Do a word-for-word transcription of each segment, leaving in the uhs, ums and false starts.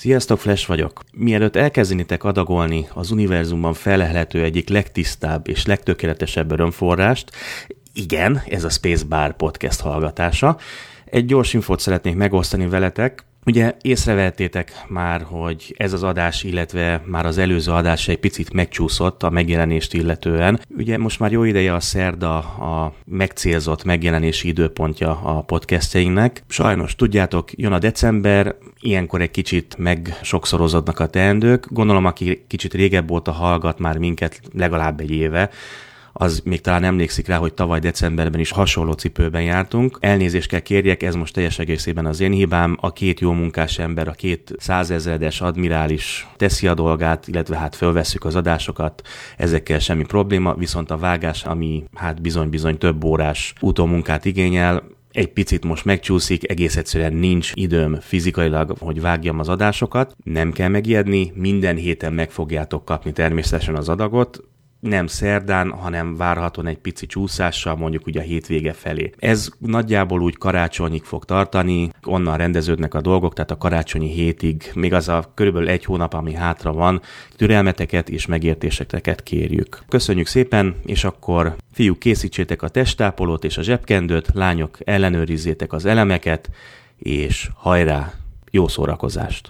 Sziasztok, Flash vagyok. Mielőtt elkezdenitek adagolni az univerzumban felelhető egyik legtisztább és legtökéletesebb örömforrást, igen, ez a Spacebar podcast hallgatása, egy gyors infót szeretnék megosztani veletek. Ugye észrevettétek már, hogy ez az adás, illetve már az előző adás egy picit megcsúszott a megjelenést illetően. Ugye most már jó ideje a szerda a megcélzott megjelenési időpontja a podcastjainknek. Sajnos tudjátok, jön a december, ilyenkor egy kicsit megsokszorozódnak a teendők. Gondolom, aki kicsit régebb óta hallgat már minket legalább egy éve, az még talán emlékszik rá, hogy tavaly decemberben is hasonló cipőben jártunk. Elnézést kell kérjek, ez most teljes egészében az én hibám. A két jó munkás ember, a két százezredes admirális teszi a dolgát, illetve hát fölvesszük az adásokat, ezekkel semmi probléma, viszont a vágás, ami hát bizony-bizony több órás utómunkát igényel, egy picit most megcsúszik, egész egyszerűen nincs időm fizikailag, hogy vágjam az adásokat. Nem kell megijedni, minden héten meg fogjátok kapni természetesen az adagot, nem szerdán, hanem várhatóan egy pici csúszással, mondjuk ugye a hétvége felé. Ez nagyjából úgy karácsonyig fog tartani, onnan rendeződnek a dolgok, tehát a karácsonyi hétig, még az a körülbelül egy hónap, ami hátra van, türelmeteket és megértéseteket kérjük. Köszönjük szépen, és akkor fiúk, készítsétek a testtápolót és a zsebkendőt, lányok, ellenőrizzétek az elemeket, és hajrá, jó szórakozást!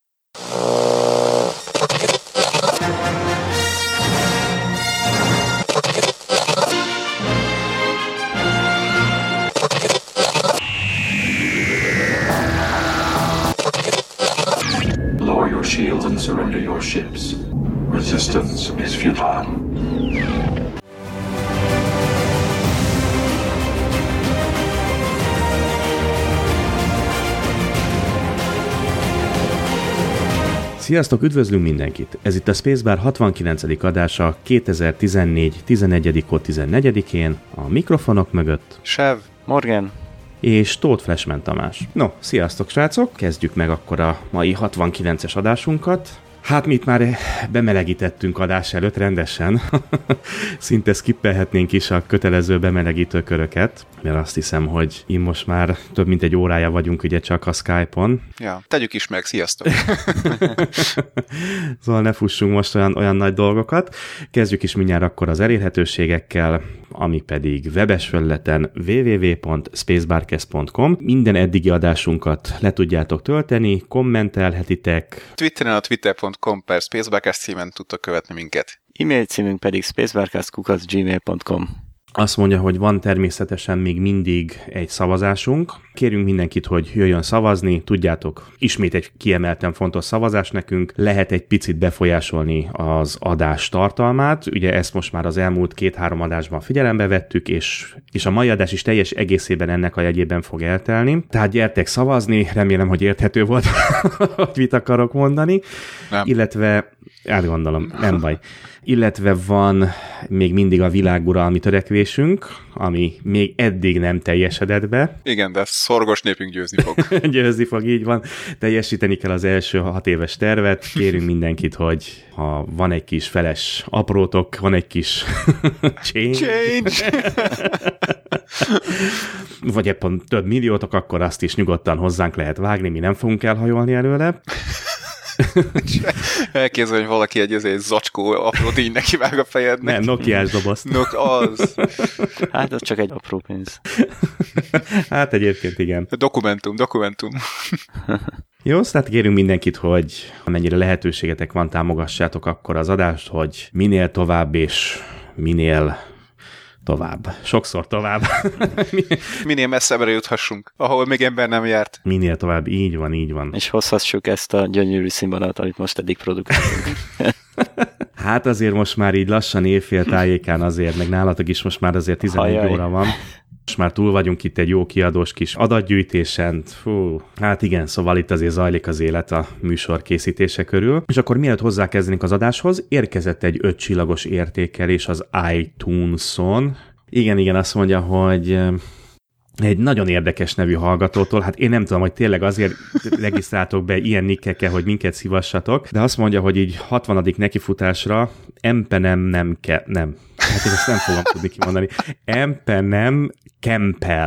Lower your shields and surrender your ships. Resistance is futile. Sziasztok, üdvözlünk mindenkit! Ez itt a Spacebar hatvankilencedik adása kétezer-tizennégy tizenegyedik tizennegyedikén, a mikrofonok mögött Sev, Morgan és Tóth Flashman Tamás. No, sziasztok srácok! Kezdjük meg akkor a mai hatvankilences adásunkat. Hát mi itt már bemelegítettünk adás előtt rendesen. Szinte skippelhetnénk is a kötelező bemelegítő köröket, mert azt hiszem, hogy én most már több mint egy órája vagyunk ugye csak a Skype-on. Ja, tegyük is meg, sziasztok! Szóval ne fussunk most olyan, olyan nagy dolgokat. Kezdjük is mindjárt akkor az elérhetőségekkel, ami pedig webes felületen double-u double-u double-u pont spacebarcast pont com. Minden eddigi adásunkat le tudjátok tölteni, kommentelhetitek. Twitteren a twitter pont com per spacebarcast címen tudtok követni minket. E-mail címünk pedig spacebarcast kukac gmail pont com. Azt mondja, hogy van természetesen még mindig egy szavazásunk. Kérünk mindenkit, hogy jöjjön szavazni. Tudjátok, ismét egy kiemelten fontos szavazás nekünk. Lehet egy picit befolyásolni az adás tartalmát. Ugye ezt most már az elmúlt két-három adásban figyelembe vettük, és, és a mai adás is teljes egészében ennek a jegyében fog eltelni. Tehát gyertek szavazni, remélem, hogy érthető volt, hogy mit akarok mondani. Nem. Illetve, átgondolom, nem baj. Illetve van még mindig a világuralmi törekvésünk, ami még eddig nem teljesedett be. Igen, de szorgos népünk győzni fog. Győzni fog, így van. Teljesíteni kell az első hat éves tervet. Kérünk mindenkit, hogy ha van egy kis feles aprótok, van egy kis change, Change. vagy éppen több milliótok, akkor azt is nyugodtan hozzánk lehet vágni, mi nem fogunk elhajolni előle. Elképzelni, hogy valaki egy, egy zacskó apró díj neki vág a fejednek. Nem, Nokiás dobozt. Nok, az. Hát az csak egy apró pénz. Hát egyébként igen. Dokumentum, dokumentum. Jó, tehát kérünk mindenkit, hogy amennyire lehetőségetek van, támogassátok akkor az adást, hogy minél tovább és minél tovább. Sokszor tovább. Minél messzebbre juthassunk, ahol még ember nem járt. Minél tovább, így van, így van. És hozhassuk ezt a gyönyörű színvonalat, amit most eddig produkáltunk. Hát azért most már így lassan évfél tájékán azért, meg nálatok is most már azért tizenegy Ajaj. óra van. Most már túl vagyunk itt egy jó kiadós kis adatgyűjtésen. Fú, hát igen, szóval itt azért zajlik az élet a műsor készítése körül. És akkor mielőtt hozzákezdenénk az adáshoz, érkezett egy öt csillagos értékelés az iTunes-on. Igen, igen, azt mondja, hogy egy nagyon érdekes nevű hallgatótól, hát én nem tudom, hogy tényleg azért regisztráltok be ilyen nickekkel, hogy minket szívassatok, de azt mondja, hogy így hatvanadik nekifutásra empenem nem kell, nem. Hát én ezt nem fogom tudni kimondani. Empenem Kempel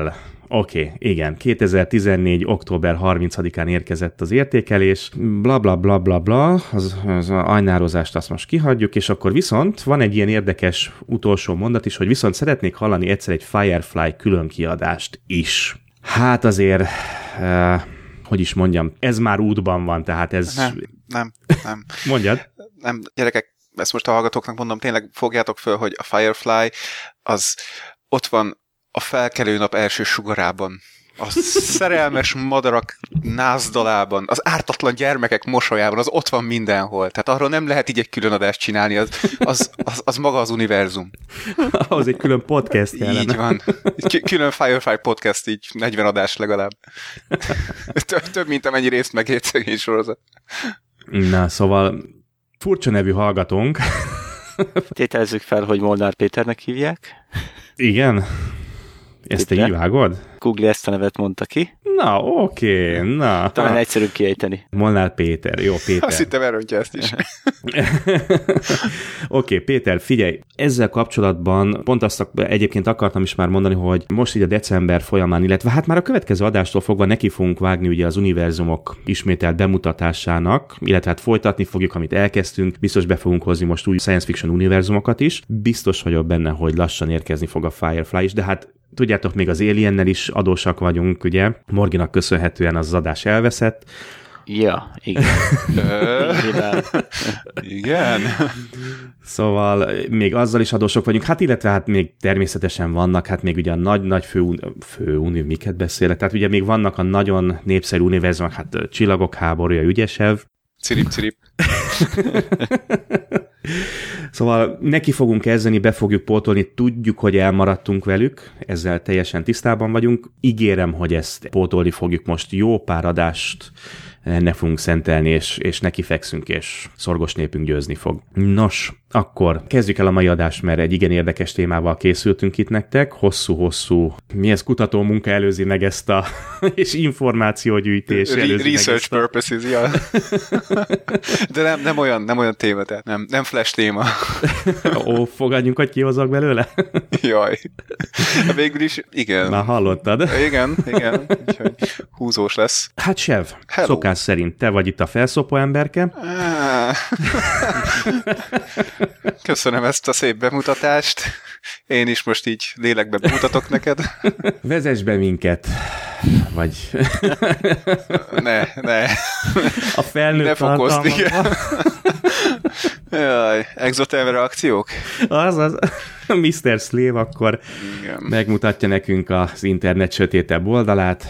Oké, okay, igen. kétezer-tizennégy. október harmincadikán érkezett az értékelés. Bla bla bla bla bla, az, az ajnározást azt most kihagyjuk, és akkor viszont van egy ilyen érdekes utolsó mondat is, hogy viszont szeretnék hallani egyszer egy Firefly különkiadást is. Hát azért, uh, hogy is mondjam, ez már útban van, tehát ez... Nem, nem, nem. Mondjad. Nem, gyerekek, ezt most a hallgatóknak mondom, tényleg fogjátok föl, hogy a Firefly az ott van a felkelő nap első sugarában, a szerelmes madarak nászdalában, az ártatlan gyermekek mosolyában, az ott van mindenhol. Tehát arról nem lehet így egy külön adást csinálni, az, az, az, az maga az univerzum. Ahhoz egy külön podcast kellene. Így van. Egy külön Firefly podcast, így negyven adás legalább. Több, több mint amennyi részt megért szegény sorozat. Na, szóval furcsa nevű hallgatónk. Tételezzük fel, hogy Molnár Péternek hívják. Igen? Ezt te így vágod? Google ezt a nevet mondta ki. Na, oké, okay, na. Talán egyszerűbb kiejteni. Molnár Péter, jó, Péter. Azt hittem elrontja ezt is. Oké, okay, Péter, figyelj, ezzel kapcsolatban pont azt egyébként akartam is már mondani, hogy most így a december folyamán, illetve hát már a következő adástól fogva neki fogunk vágni ugye az univerzumok ismételt bemutatásának, illetve hát folytatni fogjuk, amit elkezdtünk, biztos be fogunk hozni most új science fiction univerzumokat is. Biztos vagyok benne, hogy lassan érkezni fog a Firefly is, de hát tudjátok, még az Aliennel is adósak vagyunk, ugye? Morginak köszönhetően az adás elveszett. Ja, igen. Igen. Szóval még azzal is adósok vagyunk, hát illetve hát még természetesen vannak, hát még ugye a nagy-nagy fő, fő uni, miket beszélek, tehát ugye még vannak a nagyon népszerű univerzumok, hát Csillagok háborúja, Ügyesev. Cirip, cirip. Szóval neki fogunk kezdeni, be fogjuk pótolni, tudjuk, hogy elmaradtunk velük, ezzel teljesen tisztában vagyunk. Ígérem, hogy ezt pótolni fogjuk most, jó pár adást ennek fogunk szentelni, és, és neki fekszünk, és szorgos népünk győzni fog. Nos, akkor kezdjük el a mai adást, mert egy igen érdekes témával készültünk itt nektek. Hosszú-hosszú, mi ez, kutató munka előzi meg ezt a, és információgyűjtés Re- előzi Research meg purposes, ja. De nem, nem, olyan, nem olyan téma, tehát nem, nem flash téma. Ó, fogadjunk, hogy kihozok belőle? Jaj. Végül is, igen. Már hallottad. Igen, igen. Úgyhogy húzós lesz. Hát Sev, Hello. Szokás szerint te vagy itt a felszopó emberke. Köszönöm ezt a szép bemutatást. Én is most így lélekbe bemutatok neked. Vezess be minket. Vagy... Ne, ne. A felnőtt ne fokozd, igen. Jaj, exoterm reakciók? Az, az. miszter Slave akkor Igen. megmutatja nekünk az internet sötétebb oldalát.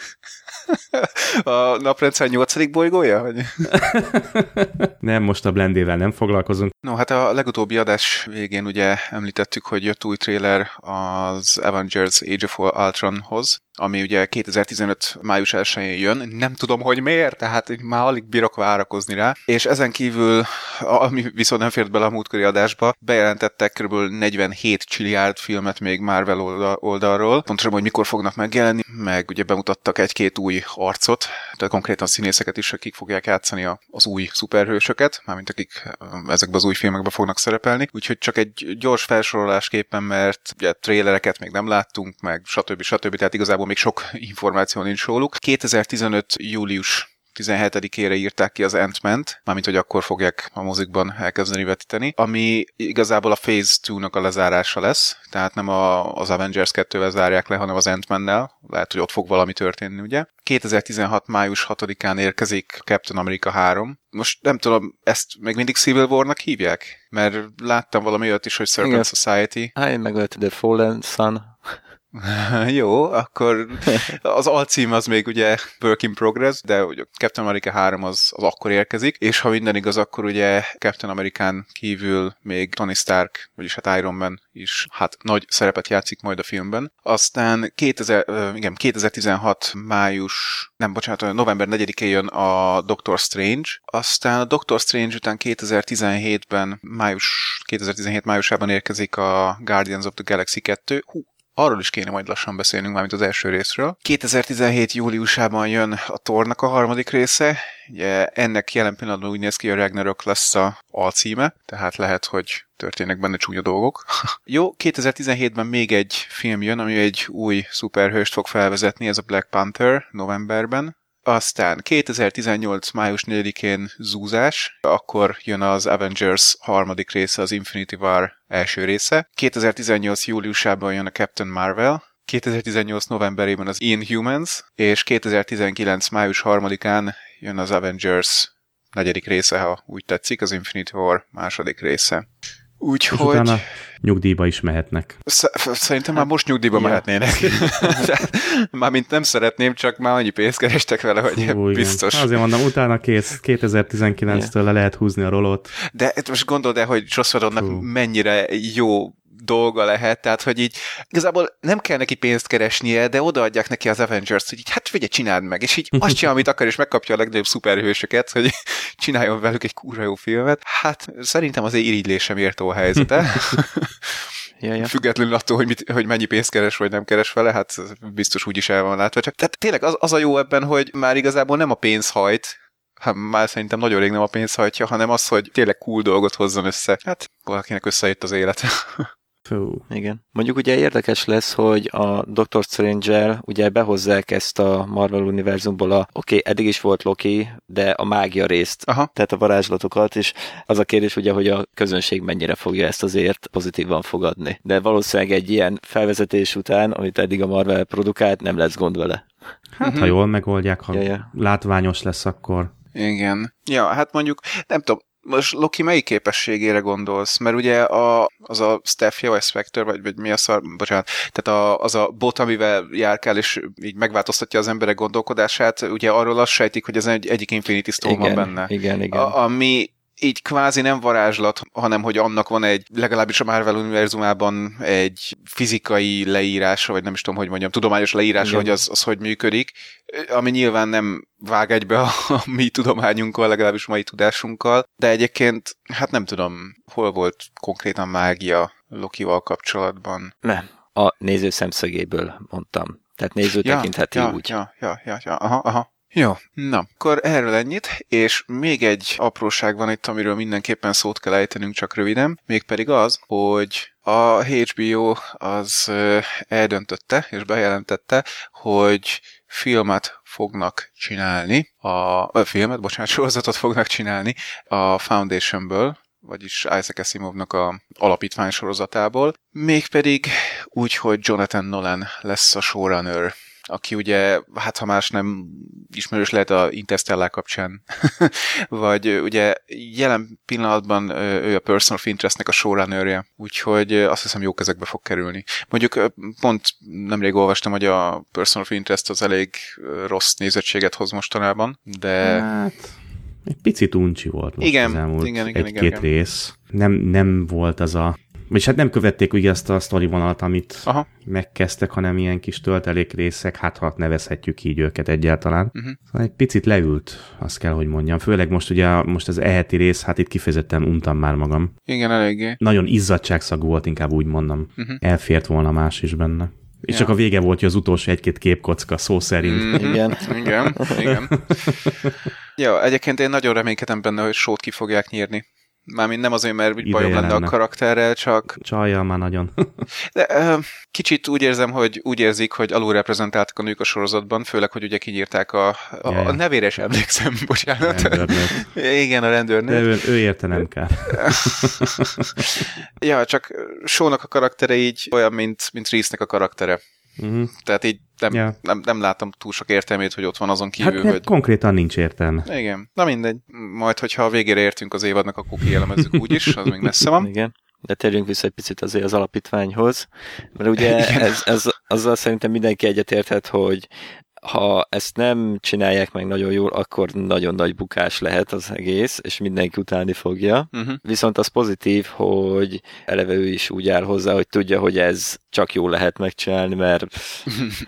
A naprendszer nyolcadik bolygója? Vagy? Nem, most a Blendével nem foglalkozunk. No, hát a legutóbbi adás végén ugye említettük, hogy jött új trailer az Avengers Age of Ultronhoz, ami ugye kétezer-tizenöt május elsején jön. Nem tudom, hogy miért, tehát már alig bírok várakozni rá. És ezen kívül, ami viszont nem fért bele a múltkori adásba, bejelentettek kb. negyvenhét csilliárd filmet még Marvel oldalról. Pontosan, hogy mikor fognak megjelenni, meg ugye bemutattak egy-két új arcot, tehát konkrétan színészeket is, akik fogják játszani az új szuperhősöket, mármint akik ezekben az új filmekben fognak szerepelni. Úgyhogy csak egy gyors felsorolásképpen, mert ugye trailereket még nem láttunk, meg stb. stb. Tehát igazából még sok információ nincs róluk. kétezer-tizenöt július tizenhetedikére írták ki az Ant-Man-t, mármint hogy akkor fogják a mozikban elkezdeni vetíteni, ami igazából a Phase kettőnek a lezárása lesz, tehát nem a, az Avengers kettővel zárják le, hanem az Ant-Man-nel. Lehet, hogy ott fog valami történni, ugye? kétezer-tizenhat május hatodikán érkezik Captain America három. Most nem tudom, ezt még mindig Civil War-nak hívják? Mert láttam valami olyat is, hogy Serpent Igen. Society. Hát én megöltem The Fallen Sun. Jó, akkor az alcím az még ugye Work in Progress, de ugye Captain America három az, az akkor érkezik, és ha minden igaz, akkor ugye Captain Americán kívül még Tony Stark, vagyis hát Iron Man is hát nagy szerepet játszik majd a filmben. Aztán kétezer, igen, kétezer-tizenhat május, nem bocsánat, november negyedikén jön a Doctor Strange, aztán a Doctor Strange után kétezer-tizenhétben, május, kétezer-tizenhét májusában érkezik a Guardians of the Galaxy kettő. Hú, arról is kéne majd lassan beszélnünk, mármint az első részről. kétezer-tizenhét júliusában jön a Thornak a harmadik része, ugye ennek jelen pillanatban úgy néz ki, hogy a Ragnarok lesz a alcíme, tehát lehet, hogy történnek benne csúnya dolgok. Jó, kétezer-tizenhétben még egy film jön, ami egy új szuperhőst fog felvezetni, ez a Black Panther novemberben. Aztán kétezer-tizennyolc május negyedikén zúzás, akkor jön az Avengers harmadik része, az Infinity War első része. kétezer-tizennyolc júliusában jön a Captain Marvel, kétezer-tizennyolc novemberében az Inhumans, és kétezer-tizenkilenc május harmadikán jön az Avengers negyedik része, ha úgy tetszik, az Infinity War második része. Úgyhogy... utána nyugdíjba is mehetnek. Sz- szerintem már most nyugdíjba ja. mehetnének. Mármint nem szeretném, csak már annyi pénzt kerestek vele, hogy Fú, biztos. Igen. Azért mondom, utána kész, kétezer-tizenkilenctől le lehet húzni a rolót. De most gondold el, hogy Joss Whedonnak mennyire jó dolga lehet, tehát, hogy így igazából nem kell neki pénzt keresnie, de odaadják neki az Avengers-t, hogy így, hát figyelj, csináld meg, és így azt csinál, amit akar, és megkapja a legnagyobb szuperhősöket, hogy csináljon velük egy kurva jó filmet. Hát szerintem azért irigylésem mértó a helyzete. Ja, ja. Függetlenül attól, hogy, mit, hogy mennyi pénzt keres, vagy nem keres vele, hát biztos úgy is el van látva. Csak, tehát tényleg az, az a jó ebben, hogy már igazából nem a pénz hajt, hát már szerintem nagyon rég nem a pénz hajtja, hanem az, hogy tényleg cool dolgot hozzon össze. Hát valakinek összejött az élete. Fú. Igen. Mondjuk ugye érdekes lesz, hogy a Doctor Strange-el ugye behozzák ezt a Marvel univerzumból a, oké, okay, eddig is volt Loki, de a mágia részt, Aha. tehát a varázslatokat, és az a kérdés ugye, hogy a közönség mennyire fogja ezt azért pozitívan fogadni. De valószínűleg egy ilyen felvezetés után, amit eddig a Marvel produkált, nem lesz gond vele. Hát, uh-huh. ha jól megoldják, ha ja, ja. látványos lesz, akkor... Igen. Ja, hát mondjuk, nem tudom, most Loki melyik képességére gondolsz? Mert ugye a, az a staffja, vagy Spectre, vagy, vagy mi a szar, bocsánat, tehát a, az a bot, amivel járkál, és így megváltoztatja az emberek gondolkodását, ugye arról azt sejtik, hogy ez egy, egyik Infinity Stone igen, van benne. Igen, igen. A, ami így kvázi nem varázslat, hanem hogy annak van egy, legalábbis a Marvel univerzumában egy fizikai leírása, vagy nem is tudom, hogy mondjam, tudományos leírása, igen. hogy az, az hogy működik, ami nyilván nem vág egybe a, a mi tudományunkkal, legalábbis mai tudásunkkal, de egyébként, hát nem tudom, hol volt konkrétan mágia Lokival kapcsolatban. Nem, a néző szemszögéből mondtam. Tehát néző ja, tekintheti ja, úgy. Ja, ja, ja, ja, aha, aha. Jó, na, akkor erről ennyit, és még egy apróság van itt, amiről mindenképpen szót kell ejtenünk, csak röviden, mégpedig az, hogy a há bé o az eldöntötte, és bejelentette, hogy filmet fognak csinálni, a, a filmet, bocsánat, sorozatot fognak csinálni a Foundationből, vagyis Isaac Asimovnak a alapítvány sorozatából, mégpedig úgy, hogy Jonathan Nolan lesz a showrunner, aki ugye, hát ha más nem ismerős lehet a Interstellar kapcsán, vagy ugye jelen pillanatban ő a Person of Interestnek a showrunnerje, úgyhogy azt hiszem jó kezekbe fog kerülni. Mondjuk pont nemrég olvastam, hogy a Person of Interest az elég rossz nézettséget hoz mostanában, de... Hát, egy picit uncsi volt most igen, az elmúlt igen, igen, egy-két igen, rész. Nem, nem volt az a... Vagyis hát nem követték ugye azt a sztorivonalat, amit Aha. megkezdtek, hanem ilyen kis töltelék részek, hát ha nevezhetjük így őket egyáltalán. Uh-huh. Szóval egy picit leült, azt kell, hogy mondjam. Főleg most ugye most az eheti rész, hát itt kifejezetten untam már magam. Igen, eléggé. Nagyon izzadságszagú volt, inkább úgy mondom. Uh-huh. Elfért volna más is benne. És ja. csak a vége volt, hogy az utolsó egy-két képkocka szó szerint. Mm-hmm. Igen. igen, igen. Ja, egyébként én nagyon reménykedem benne, hogy sót ki fogják nyírni. Mármint nem azért, mert úgy bajom lenne a karakterrel, csak... Csaljal már nagyon. De uh, kicsit úgy érzem, hogy úgy érzik, hogy alulreprezentáltak a nők a sorozatban, főleg, hogy ugye kinyírták a, a, a nevére sem emlékszem, bocsánat. Igen, a rendőrnőt. De ő, ő érte nem kell. Ja, csak Shaw-nak a karaktere így olyan, mint, mint Reese-nek a karaktere. Uh-huh. Tehát így nem, yeah. nem, nem látom túl sok értelmét, hogy ott van azon kívül, hát, hogy... konkrétan nincs értelme. Igen. Na mindegy. Majd, hogyha a végére értünk az évadnak, akkor kielemezzük úgyis, az még messze van. Igen. De térjünk vissza egy picit azért az alapítványhoz, mert ugye ez, ez, azzal szerintem mindenki egyetérthet, hogy ha ezt nem csinálják meg nagyon jól, akkor nagyon nagy bukás lehet az egész, és mindenki utálni fogja. Uh-huh. Viszont az pozitív, hogy eleve ő is úgy áll hozzá, hogy tudja, hogy ez csak jól lehet megcsinálni, mert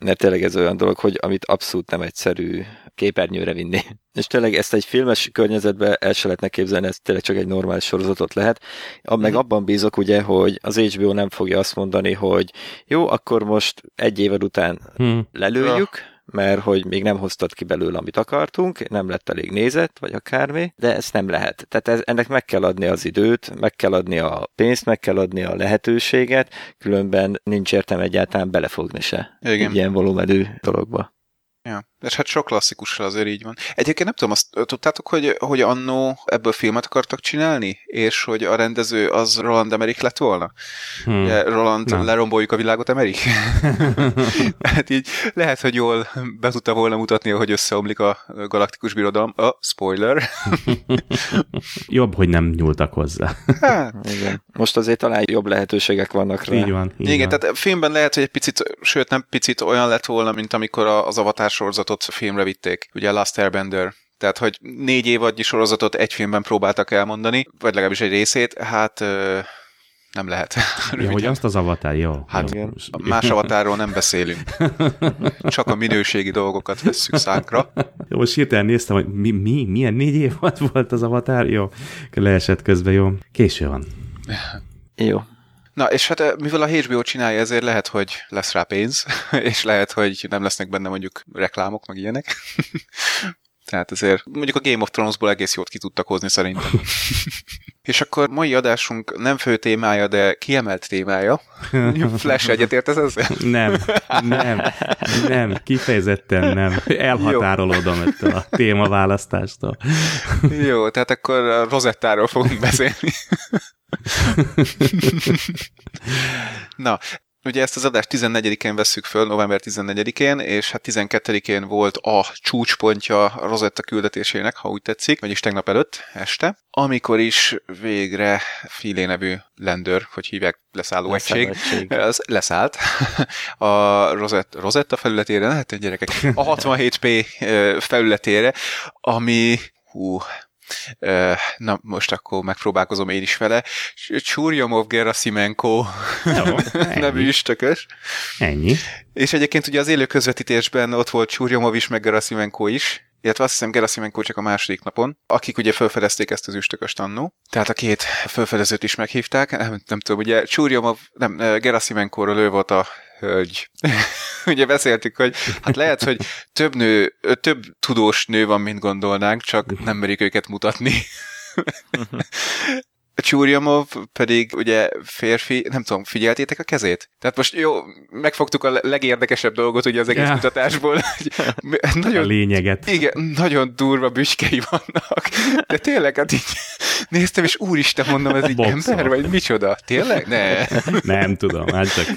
mert tényleg ez olyan dolog, hogy amit abszolút nem egyszerű képernyőre vinni. És tényleg ezt egy filmes környezetben el se lehetne képzelni, ez tényleg csak egy normális sorozatot lehet. Meg abban bízok ugye, hogy az há bé o nem fogja azt mondani, hogy jó, akkor most egy évad után hmm. lelőjük, mert hogy még nem hoztad ki belőle, amit akartunk, nem lett elég nézett, vagy akármi, de ezt nem lehet. Tehát ez, ennek meg kell adni az időt, meg kell adni a pénzt, meg kell adni a lehetőséget, különben nincs értelme egyáltalán belefogni se. Igen. Ilyen volumenű dologba. Ja, és hát sok klasszikussal azért így van. Egyébként nem tudom, azt tudtátok, hogy, hogy annó ebből filmet akartak csinálni, és hogy a rendező az Roland Emmerich lett volna? Hmm. Ugye, Roland, nem. Leromboljuk a világot, Emmerich? Hát így lehet, hogy jól be tudta volna mutatni, hogy összeomlik a galaktikus birodalom. A oh, spoiler. Jobb, hogy nem nyúltak hozzá. Hát, igen. Most azért talán jobb lehetőségek vannak rá. Így van. Így igen, van. Tehát filmben lehet, hogy egy picit, sőt nem picit olyan lett volna, mint amikor az Avatar sorozatot filmre vitték. Ugye a Last Airbender. Tehát, hogy négy évadnyi sorozatot egy filmben próbáltak elmondani, vagy legalábbis egy részét, hát ö, nem lehet. Ja, hogy azt az Avatar, jó. Hát jó. Más Avatarról nem beszélünk. Csak a minőségi dolgokat vesszük szánkra. Jó, most hirtelen néztem, hogy mi, mi, milyen négy évad volt az Avatar, jó. Leesett közben, jó. Késő van. Jó. Na, és hát mivel a há bé o csinálja, ezért lehet, hogy lesz rá pénz, és lehet, hogy nem lesznek benne mondjuk reklámok, meg ilyenek. Tehát ezért mondjuk a Game of Thronesból egész jót ki tudtak hozni szerintem. És akkor mai adásunk nem fő témája, de kiemelt témája. Flash, egyetértesz ezzel? Nem, nem, nem, kifejezetten nem. Elhatárolódom ettől a témaválasztástól. Jó, tehát akkor a Rosettáról fogunk beszélni. Na, ugye ezt az adást tizennegyedikén vesszük föl, november tizennegyedikén, és hát tizenkettedikén volt a csúcspontja a Rosetta küldetésének, ha úgy tetszik, vagyis tegnap előtt, este, amikor is végre Philae nevű lendőr, hogy hívják, leszálló egység, az leszállt a Rosetta, Rosetta felületére, hát gyerekek, a hatvanhét pé felületére, ami, hú, na, most akkor megpróbálkozom én is vele. Churyumov Gerasimenko nevű üstökös. Ennyi. És egyébként ugye az élő közvetítésben ott volt Churyumov is, meg Gerasimenko is, illetve azt hiszem Gerasimenko csak a második napon, akik ugye felfedezték ezt az üstököst annó. Tehát a két felfedezőt is meghívták. Nem, nem tudom, ugye Churyumov, nem, Gerasimenkóról ő volt a hölgy. Ugye beszéltük, hogy hát lehet, hogy több nő, több tudós nő van, mint gondolnánk, csak nem merik őket mutatni. Churyumov pedig ugye férfi, nem tudom, figyeltétek a kezét? Tehát most jó, megfogtuk a legérdekesebb dolgot ugye az egész yeah. kutatásból. Nagyon, a lényeget. Igen, nagyon durva büskei vannak. De tényleg, hát így néztem, és úristen, mondom, ez így Boxol. Ember, vagy micsoda? Tényleg? Ne. Nem tudom, hát csak.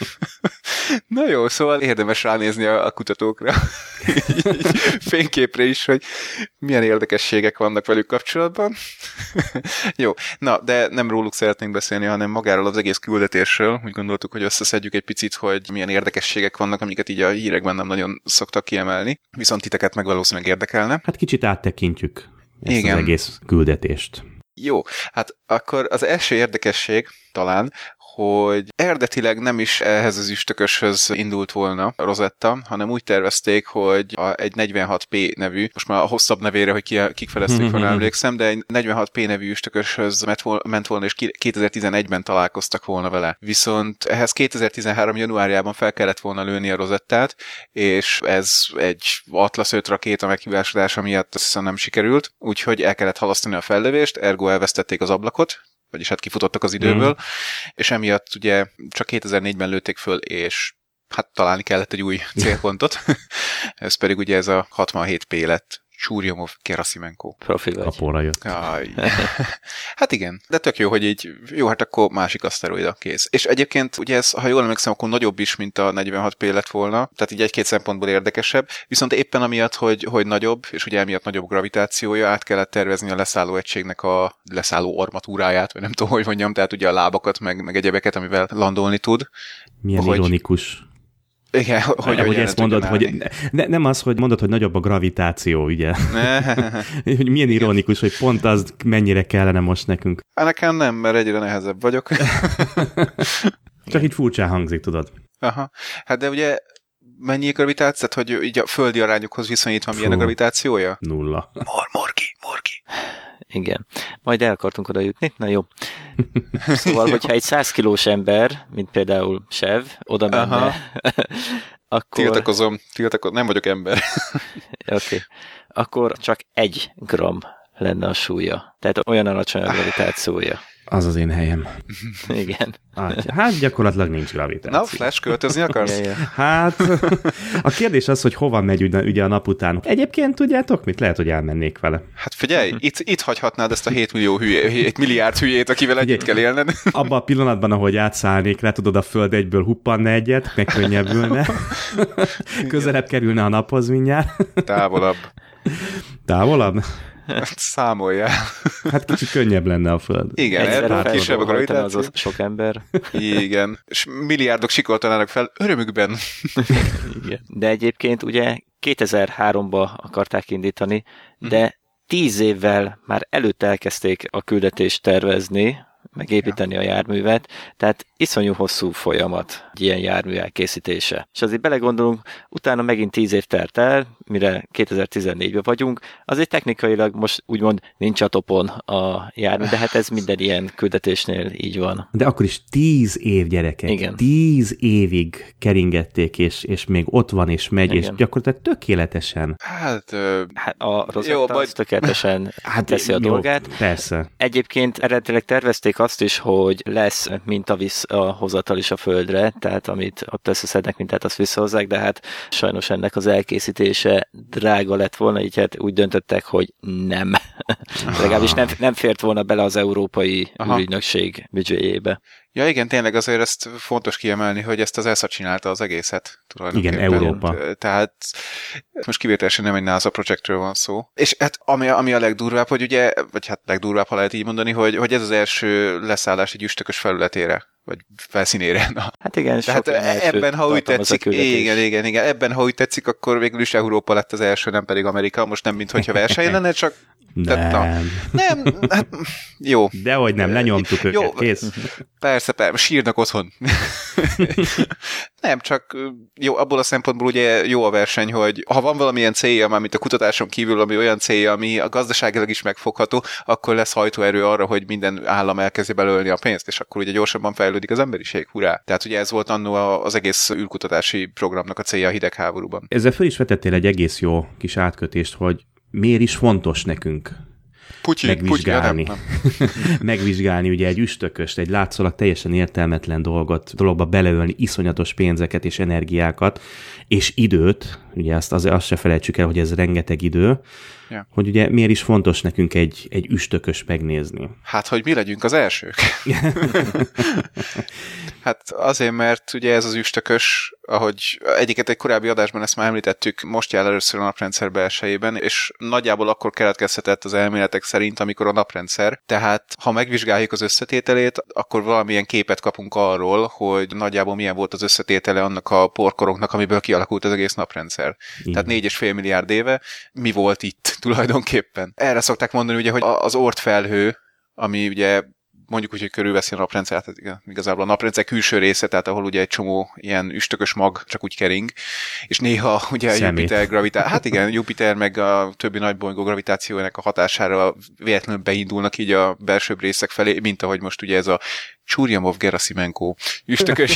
Na jó, szóval érdemes ránézni a, a kutatókra. így, így, fényképre is, hogy milyen érdekességek vannak velük kapcsolatban. Jó, na, de nem róluk szeretnénk beszélni, hanem magáról az egész küldetésről. Úgy gondoltuk, hogy összeszedjük egy picit, hogy milyen érdekességek vannak, amiket így a hírekben nem nagyon szoktak kiemelni. Viszont titeket meg valószínűleg érdekelne. Hát kicsit áttekintjük ezt Igen. az egész küldetést. Jó, hát akkor az első érdekesség talán, hogy eredetileg nem is ehhez az üstököshöz indult volna Rosetta, hanem úgy tervezték, hogy a, egy negyvenhat pé nevű, most már a hosszabb nevére, hogy ki, kik fedezték volna, emlékszem, de egy negyvenhat pé nevű üstököshöz ment volna, és kétezer-tizenegyben találkoztak volna vele. Viszont ehhez kétezer-tizenhárom januárjában fel kellett volna lőni a Rosettát, és ez egy Atlas öt rakéta meghibásodása miatt azt hiszem nem sikerült, úgyhogy el kellett halasztani a fellövést, ergo elvesztették az ablakot, vagyis hát kifutottak az időből, mm. és emiatt ugye csak kétezer-négyben lőtték föl, és hát találni kellett egy új célpontot. Ez pedig ugye ez a hatvanhét pé lett. Churyumov Gerasimenko. Profi vagy. Kapóra jött. Aj. Hát igen, de tök jó, hogy így, jó, hát akkor másik aszteroida, kész. És egyébként ugye ez, ha jól emlékszem, akkor nagyobb is, mint a negyvenhat pé lett volna, tehát így egy-két szempontból érdekesebb, viszont éppen amiatt, hogy, hogy nagyobb, és ugye emiatt nagyobb gravitációja, át kellett tervezni a leszálló egységnek a leszálló armatúráját, vagy nem tudom, hogy mondjam, tehát ugye a lábakat, meg, meg egyebeket, amivel landolni tud. Milyen hogy... ironikus. Igen, hogy, hogy ezt mondod, hogy ne, nem az, hogy mondod, hogy nagyobb a gravitáció, ugye? Hogy milyen ironikus, hogy pont az mennyire kellene most nekünk. Hát nekem nem, mert egyre nehezebb vagyok. Csak így furcsán hangzik, tudod. Aha. Hát de ugye mennyi a gravitáció? Tehát, hogy így a földi arányokhoz viszonyítva milyen a gravitációja? Nulla. Mor, morgi, morgi. Igen. Majd el akartunk oda jutni. Na jó. Szóval, hogyha egy száz kilós ember, mint például Sev, oda menne, akkor... Tiltakozom, tiltakozom, nem vagyok ember. Oké. Okay. Akkor csak egy gram lenne a súlya. Tehát olyan alacsony a gravitációja. Az az én helyem. Igen. Hát gyakorlatilag nincs gravitáció. Na, Flash, költözni akarsz? Ja, ja. Hát a kérdés az, hogy hova megy ugye a nap után. Egyébként tudjátok mit? Lehet, hogy elmennék vele. Hát figyelj, itt, itt hagyhatnád ezt a hét millió hülyé, hét milliárd hülyét, akivel együtt kell élned. Abban a pillanatban, ahogy átszállnék le, tudod, a föld egyből huppanna egyet, megkönnyebbülne. Közelebb kerülne a naphoz mindjárt. Távolabb. Távolabb? Számoljál. Hát kicsit könnyebb lenne a föld. Igen, erről kisebb a gravitáció. Az sok ember. Igen, és milliárdok sikoltanának fel örömükben. Igen. De egyébként ugye kétezer-háromba akarták indítani, de tíz évvel már előtt elkezdték a küldetést tervezni, megépíteni a járművet, tehát iszonyú hosszú folyamat egy ilyen jármű elkészítése. És azért belegondolunk, utána megint tíz év telt el, mire kétezer-tizennégyben vagyunk, azért technikailag most úgymond nincs a topon a jármű, de hát ez minden ilyen küldetésnél így van. De akkor is tíz év, gyerekek. Igen. Tíz évig keringették, és, és még ott van, és megy, Igen. és gyakorlatilag tökéletesen. Hát, ö... hát a Rosetta az tökéletesen hát, teszi a jó, dolgát. Persze. Egyébként eredetileg tervezték azt is, hogy lesz mintavisz a hozatal is a földre, tehát amit ott összeszednek mintát, azt visszahozzák, de hát sajnos ennek az elkészítése drága lett volna, így hát úgy döntöttek, hogy nem. Legalábbis nem, nem fért volna bele az európai űrügynökség büdzséjébe. Ja igen, tényleg azért ezt fontos kiemelni, hogy ezt az e es á csinálta az egészet tulajdonképpen. Igen, Európa. Tehát most kivételesen nem egy NASA projektről van szó. És hát ami, ami a legdurvább, hogy ugye, vagy hát legdurvább, ha lehet így mondani, hogy, hogy ez az első leszállás egy üstökös felületére, vagy felszínére. Na. Hát igen, tehát ebben, ha úgy tetszik, igen, igen, igen, ebben, ha úgy tetszik, akkor végül is Európa lett az első, nem pedig Amerika. Most nem, minthogyha verseny lenne, csak nem. Tehát, nem, hát, jó. Dehogy nem, lenyomtuk őket, jó, kész. Persze, persze, sírnak otthon. Nem, csak jó, abból a szempontból ugye jó a verseny, hogy ha van valamilyen célja, már mint a kutatáson kívül, ami olyan célja, ami a gazdaságilag is megfogható, akkor lesz hajtóerő arra, hogy minden állam elkezdi belölni a pénzt, és akkor ugye gyorsabban fejlődik az emberiség, hurrá. Tehát ugye ez volt annó az egész űrkutatási programnak a célja a hidegháborúban. Ezzel föl is vetettél egy egész jó kis átkötést, hogy miért is fontos nekünk Putyi, megvizsgálni. Putyi, nem, nem. megvizsgálni ugye egy üstököst, egy látszólag teljesen értelmetlen dolgot, dologba beleölni iszonyatos pénzeket és energiákat, és időt, ugye azt, az, azt se felejtsük el, hogy ez rengeteg idő, ja. Hogy ugye miért is fontos nekünk egy, egy üstökös megnézni. Hát, hogy mi legyünk az elsők. Hát azért, mert ugye ez az üstökös, ahogy egyiket egy korábbi adásban ezt már említettük, most jár először a naprendszer belsejében, és nagyjából akkor keletkezhetett az elméletek szerint, amikor a naprendszer. Tehát, ha megvizsgáljuk az összetételét, akkor valamilyen képet kapunk arról, hogy nagyjából milyen volt az összetétele annak a porkoroknak, amiből kialakult az egész naprendszer. Igen. Tehát négy és fél milliárd éve mi volt itt tulajdonképpen. Erre szokták mondani ugye, hogy az Oort felhő, ami ugye mondjuk úgy, hogy körülveszi a naprendszert, igazából a naprendszer külső része, tehát ahol ugye egy csomó ilyen üstökös mag csak úgy kering, és néha ugye a Jupiter gravitá... Hát igen, Jupiter meg a többi nagybolygó gravitációjának a hatására véletlenül beindulnak így a belsőbb részek felé, mint ahogy most ugye ez a Churyumov-Gerasimenko üstökös.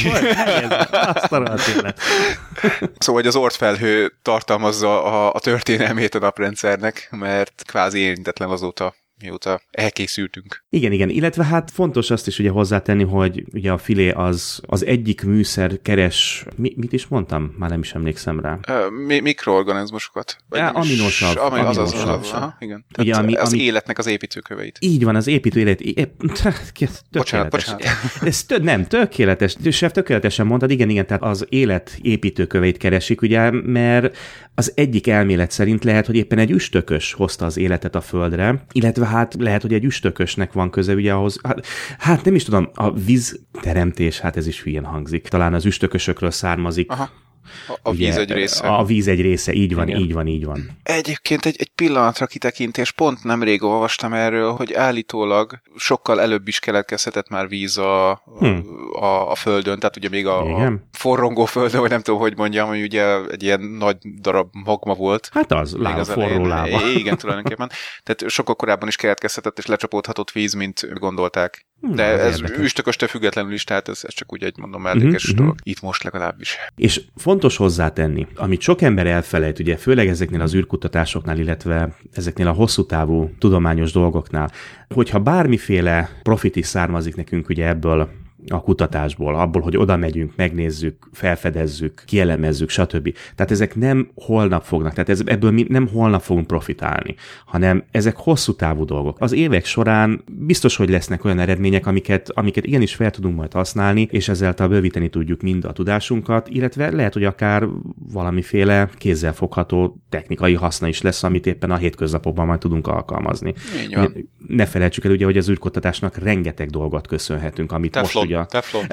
Szóval, hogy az Oort felhő tartalmazza a, a történelmét a naprendszernek, mert kvázi érintetlen azóta, mióta elkészültünk. Igen, igen, illetve hát fontos azt is ugye hozzátenni, hogy ugye a filé az, az egyik műszer keres, mi, mit is mondtam? Már nem is emlékszem rá. Uh, mi, mikroorganizmusokat. Ja, aminosav. Ami, az az, az, az, aha, igen. Ugye, ami, az ami, életnek az építőköveit. Így van, az építő élet. Bocsánat, bocsánat. Ez tö, nem, tökéletes. Sef, tökéletesen mondtad, igen, igen, tehát az élet építőköveit keresik, ugye, mert az egyik elmélet szerint lehet, hogy éppen egy üstökös hozta az életet a Földre, illetve hát lehet, hogy egy üstökösnek van köze ugye ahhoz, hát, hát nem is tudom, a vízteremtés, hát ez is hülyén hangzik. Talán az üstökösökről származik. Aha. A, a ugye, víz egy része. A víz egy része, így van, igen. így van, így van. Egyébként egy, egy pillanatra kitekintés, pont nemrég olvastam erről, hogy állítólag sokkal előbb is keletkezhetett már víz a, hmm. a, a földön, tehát ugye még a, a forrongó földön, vagy nem tudom, hogy mondjam, hogy ugye egy ilyen nagy darab magma volt. Hát az, láva, az forró láva. Igen, tulajdonképpen. Tehát sokkal korábban is keletkezhetett, és lecsapódhatott víz, mint gondolták. De ez üstököstől függetlenül is, tehát ez, ez csak úgy egy, mondom, mellékes uh-huh, dolog. Itt most legalábbis. És fontos hozzátenni, amit sok ember elfelejt, ugye főleg ezeknél az űrkutatásoknál, illetve ezeknél a hosszú távú tudományos dolgoknál, hogyha bármiféle profit is származik nekünk ugye ebből a kutatásból, abból, hogy oda megyünk, megnézzük, felfedezzük, kielemezzük, stb. Tehát ezek nem holnap fognak, tehát ez, ebből mi nem holnap fogunk profitálni, hanem ezek hosszú távú dolgok. Az évek során biztos, hogy lesznek olyan eredmények, amiket, amiket igenis fel tudunk majd használni, és ezáltal bővíteni tudjuk mind a tudásunkat, illetve lehet, hogy akár valamiféle kézzelfogható technikai haszna is lesz, amit éppen a hétköznapokban majd tudunk alkalmazni. Ne felejtsük el ugye, hogy az űrkutatásnak rengeteg dolgot köszönhetünk, amit Teflon. most ugye Teflon.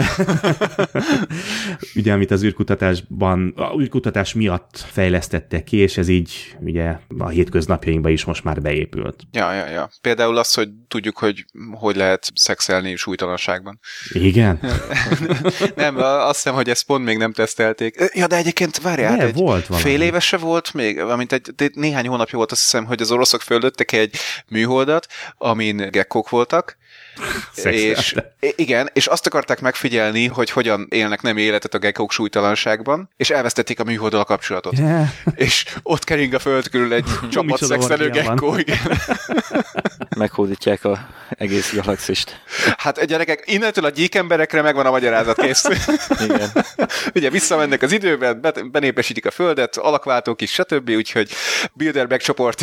ugye, amit az űrkutatásban, a űrkutatás miatt fejlesztettek ki, és ez így ugye a hétköznapjainkban is most már beépült. Ja, ja, ja. Például az, hogy tudjuk, hogy hogy lehet szexelni súlytalanságban. Igen? Nem, azt hiszem, hogy ezt pont még nem tesztelték. Ja, de egyébként várjál, de, egy volt valami. Fél évese volt még, amint egy, egy néhány hónapja volt, azt hiszem, hogy az oroszok földöttek egy műholdat, amin gekkók voltak, és igen, és azt akarták megfigyelni, hogy hogyan élnek nem életet a gekkók súlytalanságban, és elvesztették a műholddal a kapcsolatot. Yeah. És ott kering a föld körül egy csapat szexelő gekkó, igen. Meghódítják a egész galaxist. Hát a gyerekek, innentől a gyík emberekre megvan a magyarázat, kész. Igen. Ugye visszamennek az időben, benépesítik a földet, alakváltók is, stb. Úgyhogy Bilderberg csoport.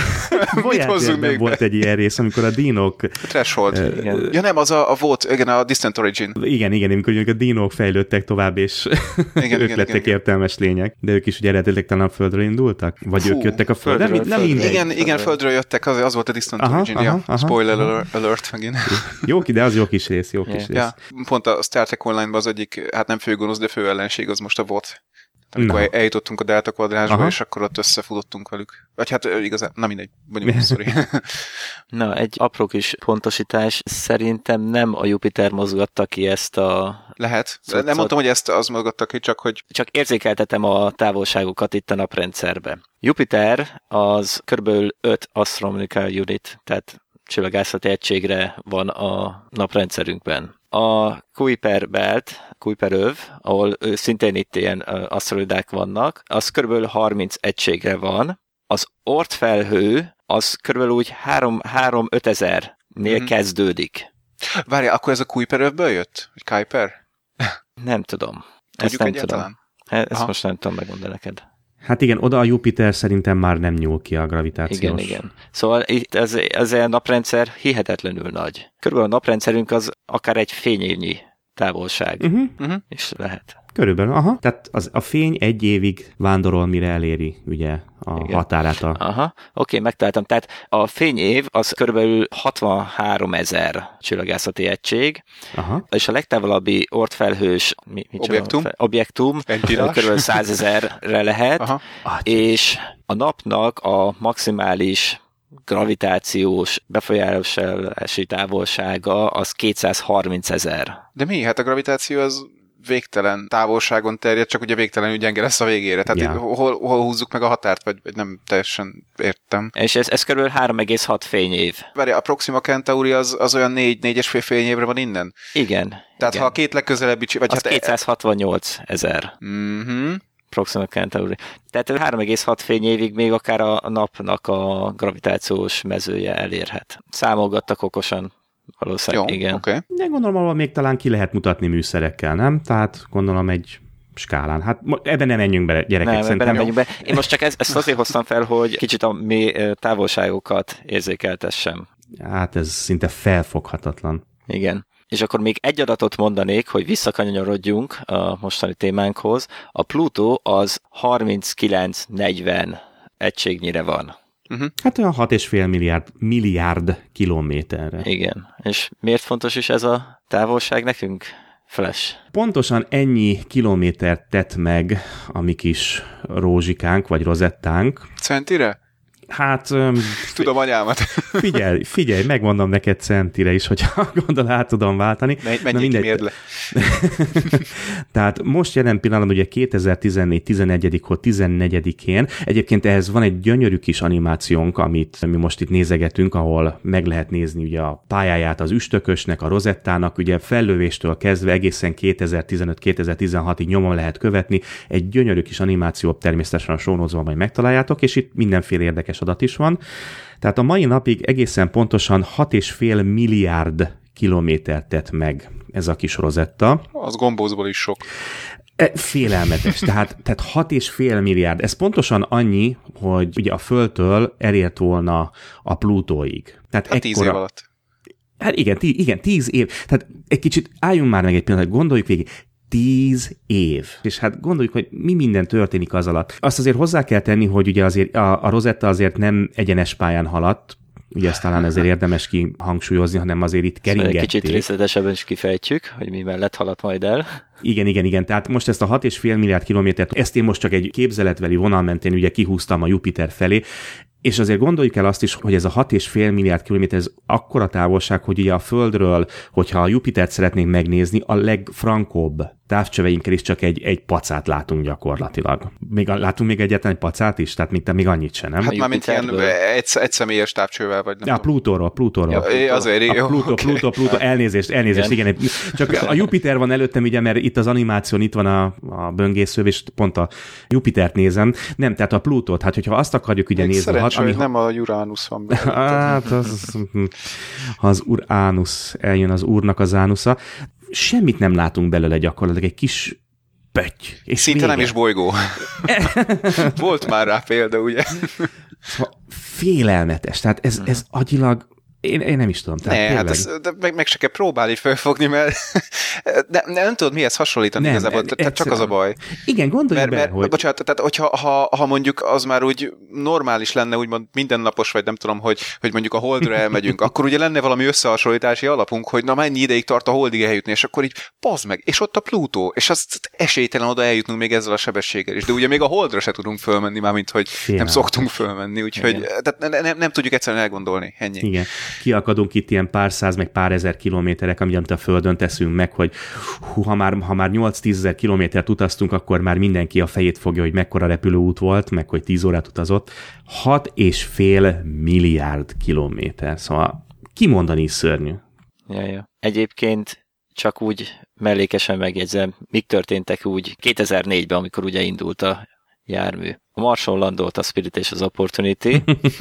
Mit hozzunk még volt be? Egy ilyen rész, amikor a dinók... Threshold. Uh, igen. Ja nem, az a, a volt, igen, a Distant Origin. Igen, igen, amikor a dinók fejlődtek tovább, és igen, ők igen, lettek igen, értelmes lények, de ők is ugye eredetileg talán a Földről indultak? Vagy Fú, ők jöttek a Földről? Nem, nem mindegy. Igen, igen, Földről jöttek, az, az volt a Distant aha, Origin, aha, ja. aha, Spoiler aha. alert megint. Jó ki, de az jó kis rész, jó kis yeah. rész. Ja, pont a Star Trek Online-ban az egyik, hát nem főgonosz, de fő ellenség az most a volt. Amikor no. eljutottunk a Delta kvadránsba, aha. és akkor ott összefutottunk velük. Vagy hát igazán, na mindegy, mondjuk, sorry. Na, egy apró kis pontosítás, szerintem nem a Jupiter mozgatta ki ezt a... Lehet. Szóval nem mondtam, hogy ezt az mozgatta ki, csak hogy... Csak érzékeltetem a távolságokat itt a naprendszerbe. Jupiter az körülbelül öt astronomical unit, tehát csillagászati egységre van a naprendszerünkben. A Kuiper belt, Kuiper öv, ahol szintén itt ilyen aszteroidák vannak, az körülbelül harminc egységre van. Az Oort felhő az körülbelül úgy három-öt ezernél mm-hmm. kezdődik. Várj, akkor ez a Kuiper övből jött? Vagy Kuiper? Nem tudom. Tudjuk ezt nem egyáltalán? tudom. Ezt Aha. most nem tudom megmondani neked. Hát igen, oda a Jupiter szerintem már nem nyúl ki a gravitációs. Igen, igen. Szóval itt ez, ez a naprendszer hihetetlenül nagy. Körülbelül a naprendszerünk az akár egy fényévnyi távolság uh-huh. Uh-huh. is lehet. Körülbelül, aha. Tehát az, a fény egy évig vándorol, mire eléri ugye a igen. határát. A... Aha, oké, megtaláltam. Tehát a fényév az körülbelül hatvanhárom ezer csillagászati egység, aha. és a legtávolabbi Oort-felhős mi, mi objektum, objektum körülbelül százezerre lehet, aha. és a napnak a maximális gravitációs befolyásolási távolsága az kétszázharminc ezer. De mi? Hát a gravitáció az végtelen távolságon terjed, csak ugye végtelenül gyenge lesz a végére. Tehát yeah. hol, hol húzzuk meg a határt, vagy, vagy nem teljesen értem. És ez, ez körülbelül három egész hat fényév. Várj, a Proxima Centauri az, az olyan négy és fél fényévre van innen? Igen. Tehát igen. ha a két legközelebbi... Vagy az hát kétszázhatvannyolc ezer. Mhm. Proxima Centauri. Tehát három egész hat fényévig még akár a napnak a gravitációs mezője elérhet. Számolgattak okosan. Valószínűleg, jó, igen. Okay. De gondolom, ahol még talán ki lehet mutatni műszerekkel, nem? Tehát gondolom egy skálán. Hát ebben nem menjünk bele, gyerekek. Nem, ebben nem menjünk be. Én most csak ezt, ezt azért hoztam fel, hogy kicsit a mi távolságokat érzékeltessem. Hát ez szinte felfoghatatlan. Igen. És akkor még egy adatot mondanék, hogy visszakanyarodjunk a mostani témánkhoz. A Plutó az harminckilenc negyven egységnyire van. Uh-huh. Hát olyan hat és fél milliárd, milliárd kilométerre. Igen. És miért fontos is ez a távolság nekünk? Flash. Pontosan ennyi kilométert tett meg a mi kis rózsikánk, vagy rozettánk. Centire? Hát... Um, tudom anyámat. Figyelj, figyelj, megmondom neked centire is, hogyha gondol át tudom váltani. Menjél ki, mérd le. Tehát most jelen pillanatban ugye kétezer-tizennégy tizenegyedik hó tizennegyedikén, egyébként ehhez van egy gyönyörű kis animációnk, amit mi most itt nézegetünk, ahol meg lehet nézni ugye a pályáját az üstökösnek, a rozettának, ugye fellövéstől kezdve egészen kétezer-tizenöt kétezer-tizenhatig nyomon lehet követni. Egy gyönyörű kis animáció, természetesen a show notes-ban majd megtaláljátok, és itt mindenféle érdekes adat is van. Tehát a mai napig egészen pontosan hat és fél milliárd kilométert tett meg ez a kis rozetta. Az gombózból is sok. Félelmetes. Tehát, tehát hat és fél milliárd. Ez pontosan annyi, hogy ugye a Földtől elért volna a Plutóig. Tehát hát tíz év alatt. Hát igen, tí, igen, tíz év. Tehát egy kicsit álljunk már meg egy pillanat, gondoljuk végig. Tíz év. És hát gondoljuk, hogy mi minden történik az alatt. Azt azért hozzá kell tenni, hogy ugye azért a, a Rosetta azért nem egyenes pályán haladt, ugye ezt talán ezért érdemes kihangsúlyozni, hanem azért itt keringették. Egy kicsit részletesebben is kifejtjük, hogy mi mellett haladt majd el. Igen, igen, igen. Tehát most ezt a hat és fél milliárd kilométert, ezt én most csak egy képzeletveli vonal mentén ugye kihúztam a Jupiter felé, és azért gondoljuk el azt is, hogy ez a hat és fél milliárd kilométer, ez akkora távolság, hogy ugye a Földről, hogyha a Jupitert szeretnénk megnézni, a legfrankóbb távcsöveinkkel is csak egy, egy pacát látunk gyakorlatilag. Még, látunk még egyetlen egy pacát is? Tehát még, még annyit sem, nem? Hát már mint ilyen egy, egy személyes távcsővel, vagy nem ja, tudom. Plutóról, Plutóról. Ja, Plutóról. Azért, a Plutó, okay. Plutó, Plutó, elnézést, elnézést, igen. igen. Csak a Jupiter van előttem, ugye, mert itt az animáción itt van a, a böngésző, és pont a Jupitert nézem. Nem, tehát a Plutót. Hát, hogyha azt akarjuk ugye nézni... Szerencsé, hat, ami... nem a Uranus van benne. Hát, az, az Uranus, eljön az úrnak az ánusza. Semmit nem látunk belőle gyakorlatilag, egy kis pötty. És szinte vége. Nem is bolygó. Volt már rá példa, ugye? Szóval félelmetes, tehát ez, ez agyilag Én, én nem is tudom. Tehát ne, hát ez, de meg, meg se kell próbálni felfogni, mert de, de nem tudod mihez hasonlítani nem, igazából, tehát csak az a baj. Igen, gondolj mert, be, mert, hogy... Bocsánat, tehát hogyha ha, ha mondjuk az már úgy normális lenne, úgymond mindennapos, vagy nem tudom, hogy, hogy mondjuk a Holdra elmegyünk, akkor ugye lenne valami összehasonlítási alapunk, hogy na mennyi ideig tart a Holdig eljutni, és akkor így pazd meg, és ott a Plutó, és az esélytelen oda eljutnunk még ezzel a sebességgel is, de ugye még a Holdra se tudunk fölmenni, mármint hogy Félelem. nem szoktunk fölmenni, úgyhogy tehát nem, nem, nem tudjuk egyszerűen elgondolni, ennyi. Igen. Kiakadunk itt ilyen pár száz, meg pár ezer kilométerek, amit a Földön teszünk meg, hogy hú, ha már, ha már nyolc-tízezer kilométert utaztunk, akkor már mindenki a fejét fogja, hogy mekkora repülőút volt, meg hogy tíz órát utazott. Hat és fél milliárd kilométer. Szóval kimondani is szörnyű. Ja, ja. Egyébként csak úgy mellékesen megjegyzem, mik történtek úgy kétezer-négyben, amikor ugye indult a jármű. A Marson landolt a Spirit és az Opportunity,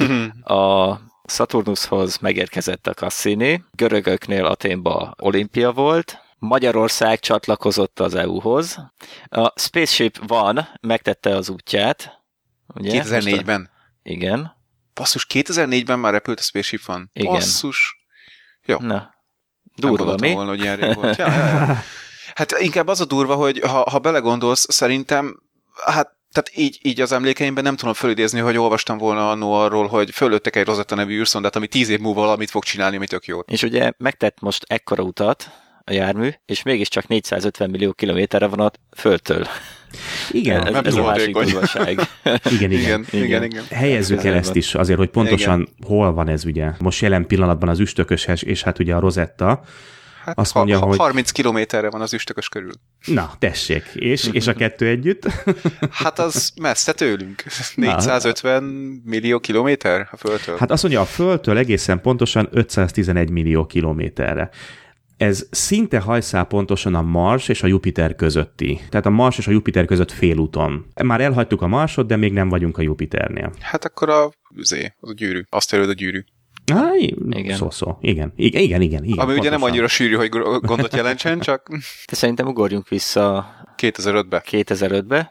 a Saturnushoz megérkezett a Cassini, görögöknél Athénba Olimpia volt, Magyarország csatlakozott az é u-hoz, a Spaceship One megtette az útját. Ugye? kétezer-négyben? Igen. Basszus, kétezer-négyben már repült a Spaceship One? Igen. Basszus. Jó. Na, durva, mi? Volna, hogy ilyen rég volt. Ja, ja, ja. Hát inkább az a durva, hogy ha, ha belegondolsz, szerintem, hát tehát így, így az emlékeimben nem tudom fölidézni, hogy olvastam volna annó arról, hogy fölöttek egy Rosetta nevű űrszondát, ami tíz év múlva valamit fog csinálni, ami tök jót. És ugye megtett most ekkora utat a jármű, és mégiscsak négyszázötven millió kilométerre van a Földtől. Igen, ez, ez a másik durvaság. Igen, igen, igen, igen, igen, igen. Helyezzük el ezt is azért, hogy pontosan igen. hol van ez ugye. Most jelen pillanatban az üstökös, és hát ugye a Rosetta. Hát azt mondja, ha, hogy... harminc kilométerre van az üstökös körül. Na, tessék. És, és a kettő együtt? Hát az messze tőlünk. négyszázötven millió kilométer a Földtől. Hát azt mondja, a Földtől egészen pontosan ötszáztizenegy millió kilométerre. Ez szinte hajszál pontosan a Mars és a Jupiter közötti. Tehát a Mars és a Jupiter között félúton. Már elhagytuk a Marsot, de még nem vagyunk a Jupiternél. Hát akkor a, zé, az a gyűrű. Azt előd a gyűrű. Ah, igen. Szó-szó. Igen. Igen, igen, igen. igen Ami pontosan. Ugye nem annyira sűrű, hogy gondot jelentsen, csak... De szerintem ugorjunk vissza kétezer-ötbe. kétezer-ötbe.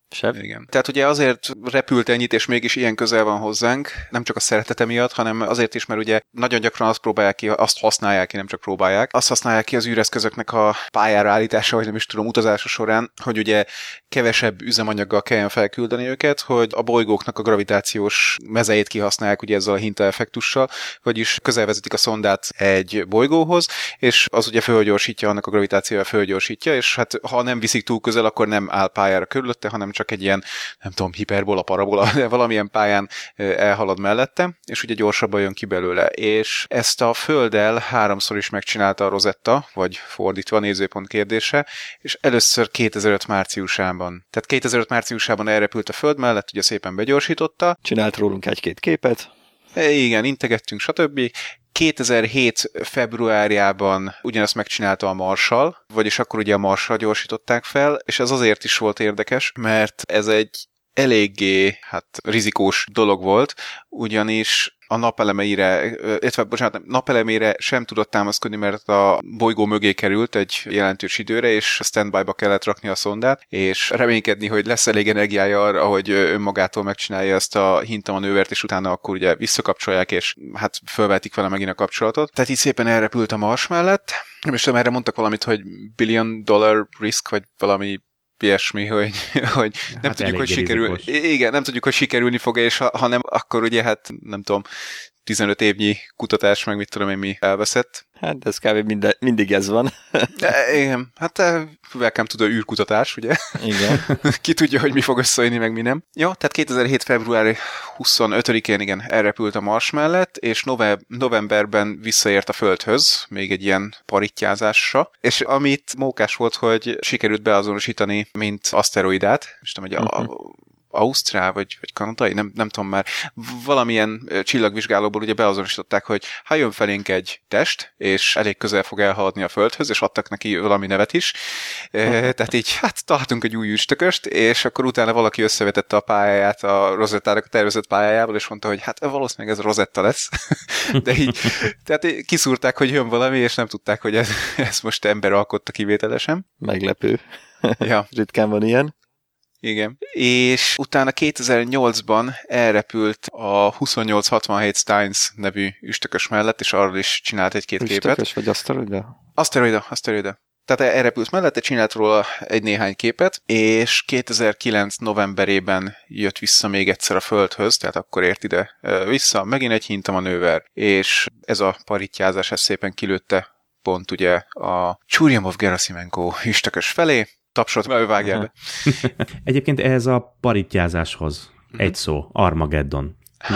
Sebb. Igen. Tehát ugye azért repült ennyit, és mégis ilyen közel van hozzánk, nem csak a szeretete miatt, hanem azért is, mert ugye nagyon gyakran azt próbálják ki, azt használják ki, nem csak próbálják, azt használják ki az űreszközöknek a pályára állítása, vagy nem is tudom, utazása során, hogy ugye kevesebb üzemanyaggal kelljen felküldeni őket, hogy a bolygóknak a gravitációs mezejét kihasználják ugye ezzel a hinta effektussal, vagyis közelvezetik a szondát egy bolygóhoz, és az ugye fölgyorsítja, annak a gravitációja fölgyorsítja, és hát ha nem viszik túl közel, akkor nem áll pályára körülötte, hanem csak egy ilyen, nem tudom, hiperbola, parabola, de valamilyen pályán elhalad mellette, és ugye gyorsabban jön ki belőle. És ezt a Földdel háromszor is megcsinálta a Rosetta, vagy fordítva, nézőpont kérdése, és először kétezer-öt márciusában. Tehát kétezer-öt márciusában elrepült a Föld mellett, ugye szépen begyorsította. Csinált rólunk egy-két képet. Igen, integettünk, stb. kétezer-hét februárjában ugyanezt megcsinálta a Marshall, vagyis akkor ugye a Marshall gyorsították fel, és ez azért is volt érdekes, mert ez egy eléggé hát rizikós dolog volt, ugyanis a napelemeire, illetve, bocsánat, napelemére sem tudott támaszkodni, mert a bolygó mögé került egy jelentős időre, és standby-ba kellett rakni a szondát, és reménykedni, hogy lesz elég energiája arra, hogy önmagától megcsinálja ezt a hintamanővert, és utána akkor ugye visszakapcsolják, és hát fölvetik vele megint a kapcsolatot. Tehát így szépen elrepült a Mars mellett, és tudom, erre mondtak valamit, hogy billion dollar risk, vagy valami ilyesmi, hogy, hogy nem hát tudjuk, hogy sikerül. Rizikos. Igen, nem tudjuk, hogy sikerülni fog, és ha, ha nem, akkor ugye hát nem tudom, tizenöt évnyi kutatás, meg mit tudom én mi elveszett. Hát ez kb. Minden, mindig ez van. De, igen, hát welcome to the űrkutatás, ugye? Igen. Ki tudja, hogy mi fog összejönni, meg mi nem. Jó, tehát kétezer-hét február huszonötödikén igen, elrepült a Mars mellett, és nove- novemberben visszaért a Földhöz, még egy ilyen parittyázásra, és amit mókás volt, hogy sikerült beazonosítani, mint aszteroidát, és tudom, hogy a, uh-huh. Ausztrál, vagy, vagy kanadai, nem, nem tudom már, valamilyen csillagvizsgálóból ugye beazonosították, hogy ha jön felénk egy test, és elég közel fog elhaladni a Földhöz, és adtak neki valami nevet is. E, tehát így, hát találtunk egy új üstököst, és akkor utána valaki összevetette a pályáját a Rosettának a tervezett pályájával, és mondta, hogy hát valószínűleg ez Rosetta lesz. De így, tehát kiszúrták, hogy jön valami, és nem tudták, hogy ez, ez most ember alkotta kivételesen. Meglepő. Ja. Ritkán van ilyen. Igen. És utána kétezer-nyolcban elrepült a huszonnyolc hatvanhét Steins nevű üstökös mellett, és arról is csinált egy-két üstökös képet. Üstökös vagy aszteroida? Aszteroida, aszteroida. Tehát elrepült mellette, csinált róla egy-néhány képet, és kétezer-kilenc novemberében jött vissza még egyszer a Földhöz, tehát akkor ért ide vissza, megint egy hintamanőver, és ez a parittyázás ez szépen kilőtte pont ugye a Churyumov-Gerasimenko üstökös felé, tapsot, mert ő vágja be. Egyébként ehhez a parittyázáshoz uh-huh. egy szó, Armageddon.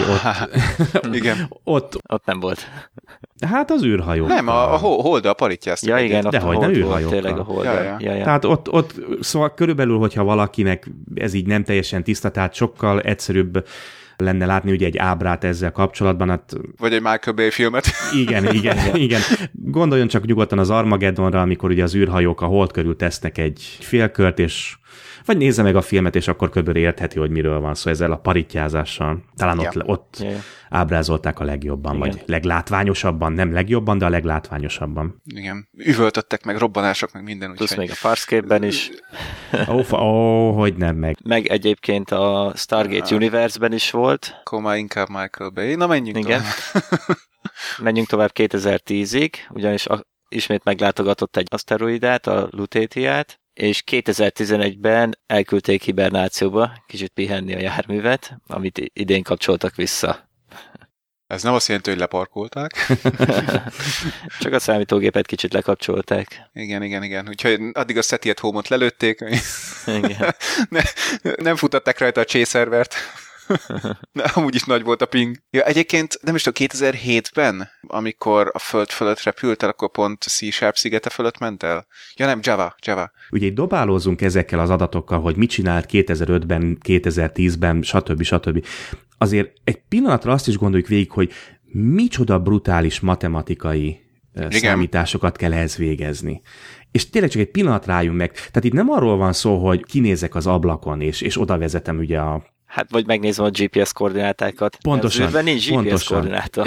Ott, igen. Ott, ott nem volt. Hát az űrhajók. Nem, a, a Holdal parittyáztak. Ja, igen, de hogy nem űrhajókkal. Tényleg a Holdal. Ja, ja. Ja, ja. Tehát ott, ott, szóval körülbelül, hogyha valakinek ez így nem teljesen tiszta, tehát sokkal egyszerűbb lenne látni ugye egy ábrát ezzel kapcsolatban. Hát, vagy egy Michael Bay filmet. Igen, igen, igen. Gondoljon csak nyugodtan az Armageddonra, amikor ugye az űrhajók a hold körül tesznek egy félkört, és vagy nézze meg a filmet, és akkor körülbelül értheti, hogy miről van szó ezzel a parittyázással. Talán ja. ott, ott ja. ábrázolták a legjobban, igen. vagy leglátványosabban, nem legjobban, de a leglátványosabban. Igen. Üvöltöttek meg, robbanások, meg minden. Plusz még a Farscape-ben is. Ó, oh, oh, hogy nem meg. Meg egyébként a Stargate ah. Universe-ben is volt. Akkor már inkább Michael Bay. Na, menjünk igen. tovább. Menjünk tovább kétezer-tízig, ugyanis a, ismét meglátogatott egy aszteroidát, a Lutétiát, és kétezer-tizenegyben elküldték hibernációba, kicsit pihenni a járművet, amit idén kapcsoltak vissza. Ez nem azt jelenti, hogy leparkolták. Csak a számítógépet kicsit lekapcsolták. Igen, igen, igen. Úgyhogy addig a SETI at Home-ot lelőtték. Igen. ne, nem futtatták rajta a J-szervert. De amúgy is nagy volt a ping. Ja, egyébként nem is tudom, kétezer-hétben, amikor a Föld fölött repült el, akkor pont C-Sharp szigete fölött ment el? Ja nem, Java, Java. Ugye így dobálózunk ezekkel az adatokkal, hogy mit csinált kétezer-ötben, kétezer-tízben, stb. stb. Azért egy pillanatra azt is gondoljuk végig, hogy micsoda brutális matematikai igen. számításokat kell ehhez végezni. És tényleg csak egy pillanat rájunk meg. Tehát itt nem arról van szó, hogy kinézek az ablakon, és, és oda vezetem ugye a Hát vagy megnézem a gé pé es koordinátákat. Pontosan. Ezzel nincs gé pé es pontosan. koordináta.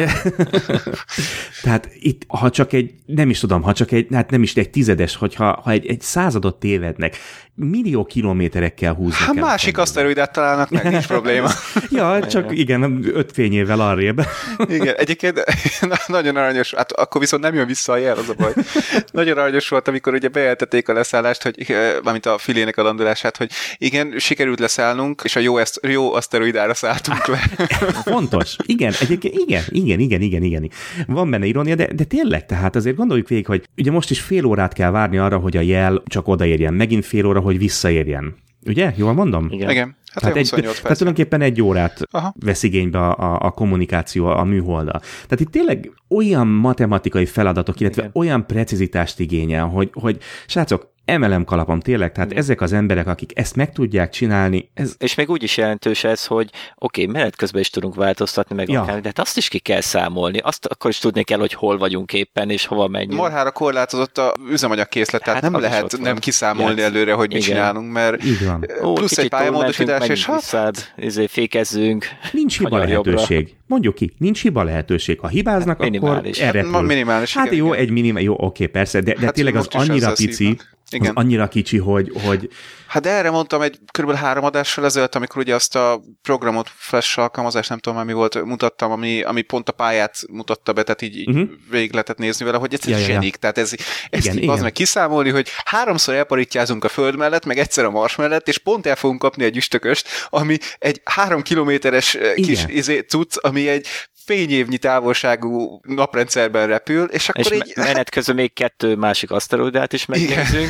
Tehát itt, ha csak egy, nem is tudom, ha csak egy, hát nem is egy tizedes, hogyha ha egy, egy századot tévednek, millió kilométerekkel húznak hát el. Hát másik aszteroidát találnak meg, nincs probléma. Ja, csak igen, öt fényével arrébb. Igen, egyébként nagyon aranyos, hát akkor viszont nem jön vissza a jel, az a baj. Nagyon aranyos volt, amikor ugye bejeltették a leszállást, hogy, mármint a filének a landolását, hogy igen, sikerült leszállnunk, és a jó, eszt, jó aszteroidára szálltunk le. Fontos. Igen, egyébként igen, igen, igen, igen, igen. Van benne irónia, de, de tényleg, tehát azért gondoljuk végig, hogy ugye most is fél órát kell várni arra, hogy a jel csak odaérjen, megint fél óra, hogy visszaérjen. Ugye? Jól mondom? Igen. Igen. Hát tehát, egy, tehát tulajdonképpen egy órát Aha. vesz igénybe a, a, a kommunikáció a műholddal. Tehát itt tényleg olyan matematikai feladatok, illetve Igen. olyan precizitást igényel, hogy, hogy srácok, emelem kalapom tényleg, tehát Igen. ezek az emberek, akik ezt meg tudják csinálni. Ez... És még úgy is jelentős ez, hogy oké, okay, menet közben is tudunk változtatni, meg ja. akár, de hát azt is ki kell számolni. Azt akkor is tudni kell, hogy hol vagyunk éppen, és hova megyünk. Marhára korlátozott a üzemanyagkészlet, tehát hát nem lehet nem kiszámolni ja. előre, hogy mit Igen. csinálunk, mert Ó, plusz egy pályamódosítás, és hát... Ezért fékezzünk. Nincs hiba lehetőség. Mondjuk ki, nincs hiba lehetőség. Ha hibáznak, hát akkor erre hát, minimális. Hát igen, jó, igen. egy minimális, jó, oké, persze, de, de hát tényleg az annyira pici, az annyira kicsi, hogy, hogy... Hát erre mondtam egy kb. három adással ezelőtt, amikor ugye azt a programot, Flash alkalmazást, nem tudom már mi volt, mutattam, ami, ami pont a pályát mutatta be, tehát így, uh-huh. így végig lehetett nézni vele, hogy ez ja, zsenik. Ja. Tehát ez, ezt igen, így az meg kiszámolni, hogy háromszor elparítjázunk a Föld mellett, meg egyszer a Mars mellett, és pont el fogunk kapni egy üstököst, ami egy három kilométeres kis izé, cucc, ami egy fényévnyi távolságú naprendszerben repül, és akkor és így... menet közben még kettő másik aszteroidát is megnézünk.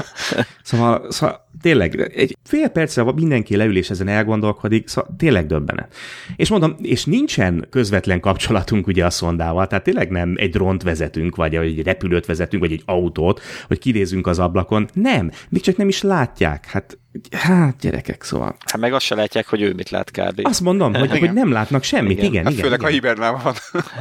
szóval, szóval tényleg, egy fél percre mindenki leül és ezen elgondolkodik, szóval tényleg döbbenet. És mondom, és nincsen közvetlen kapcsolatunk ugye a szondával, tehát tényleg nem egy drónt vezetünk, vagy egy repülőt vezetünk, vagy egy autót, hogy kinézzünk az ablakon. Nem, még csak nem is látják. Hát, hát gyerekek, szóval. Hát meg azt se látják, hogy ő mit lát kb. Azt mondom, hogy, hogy nem látnak semmit. Igen, igen, hát igen. Főleg, igen. ha hibernában van.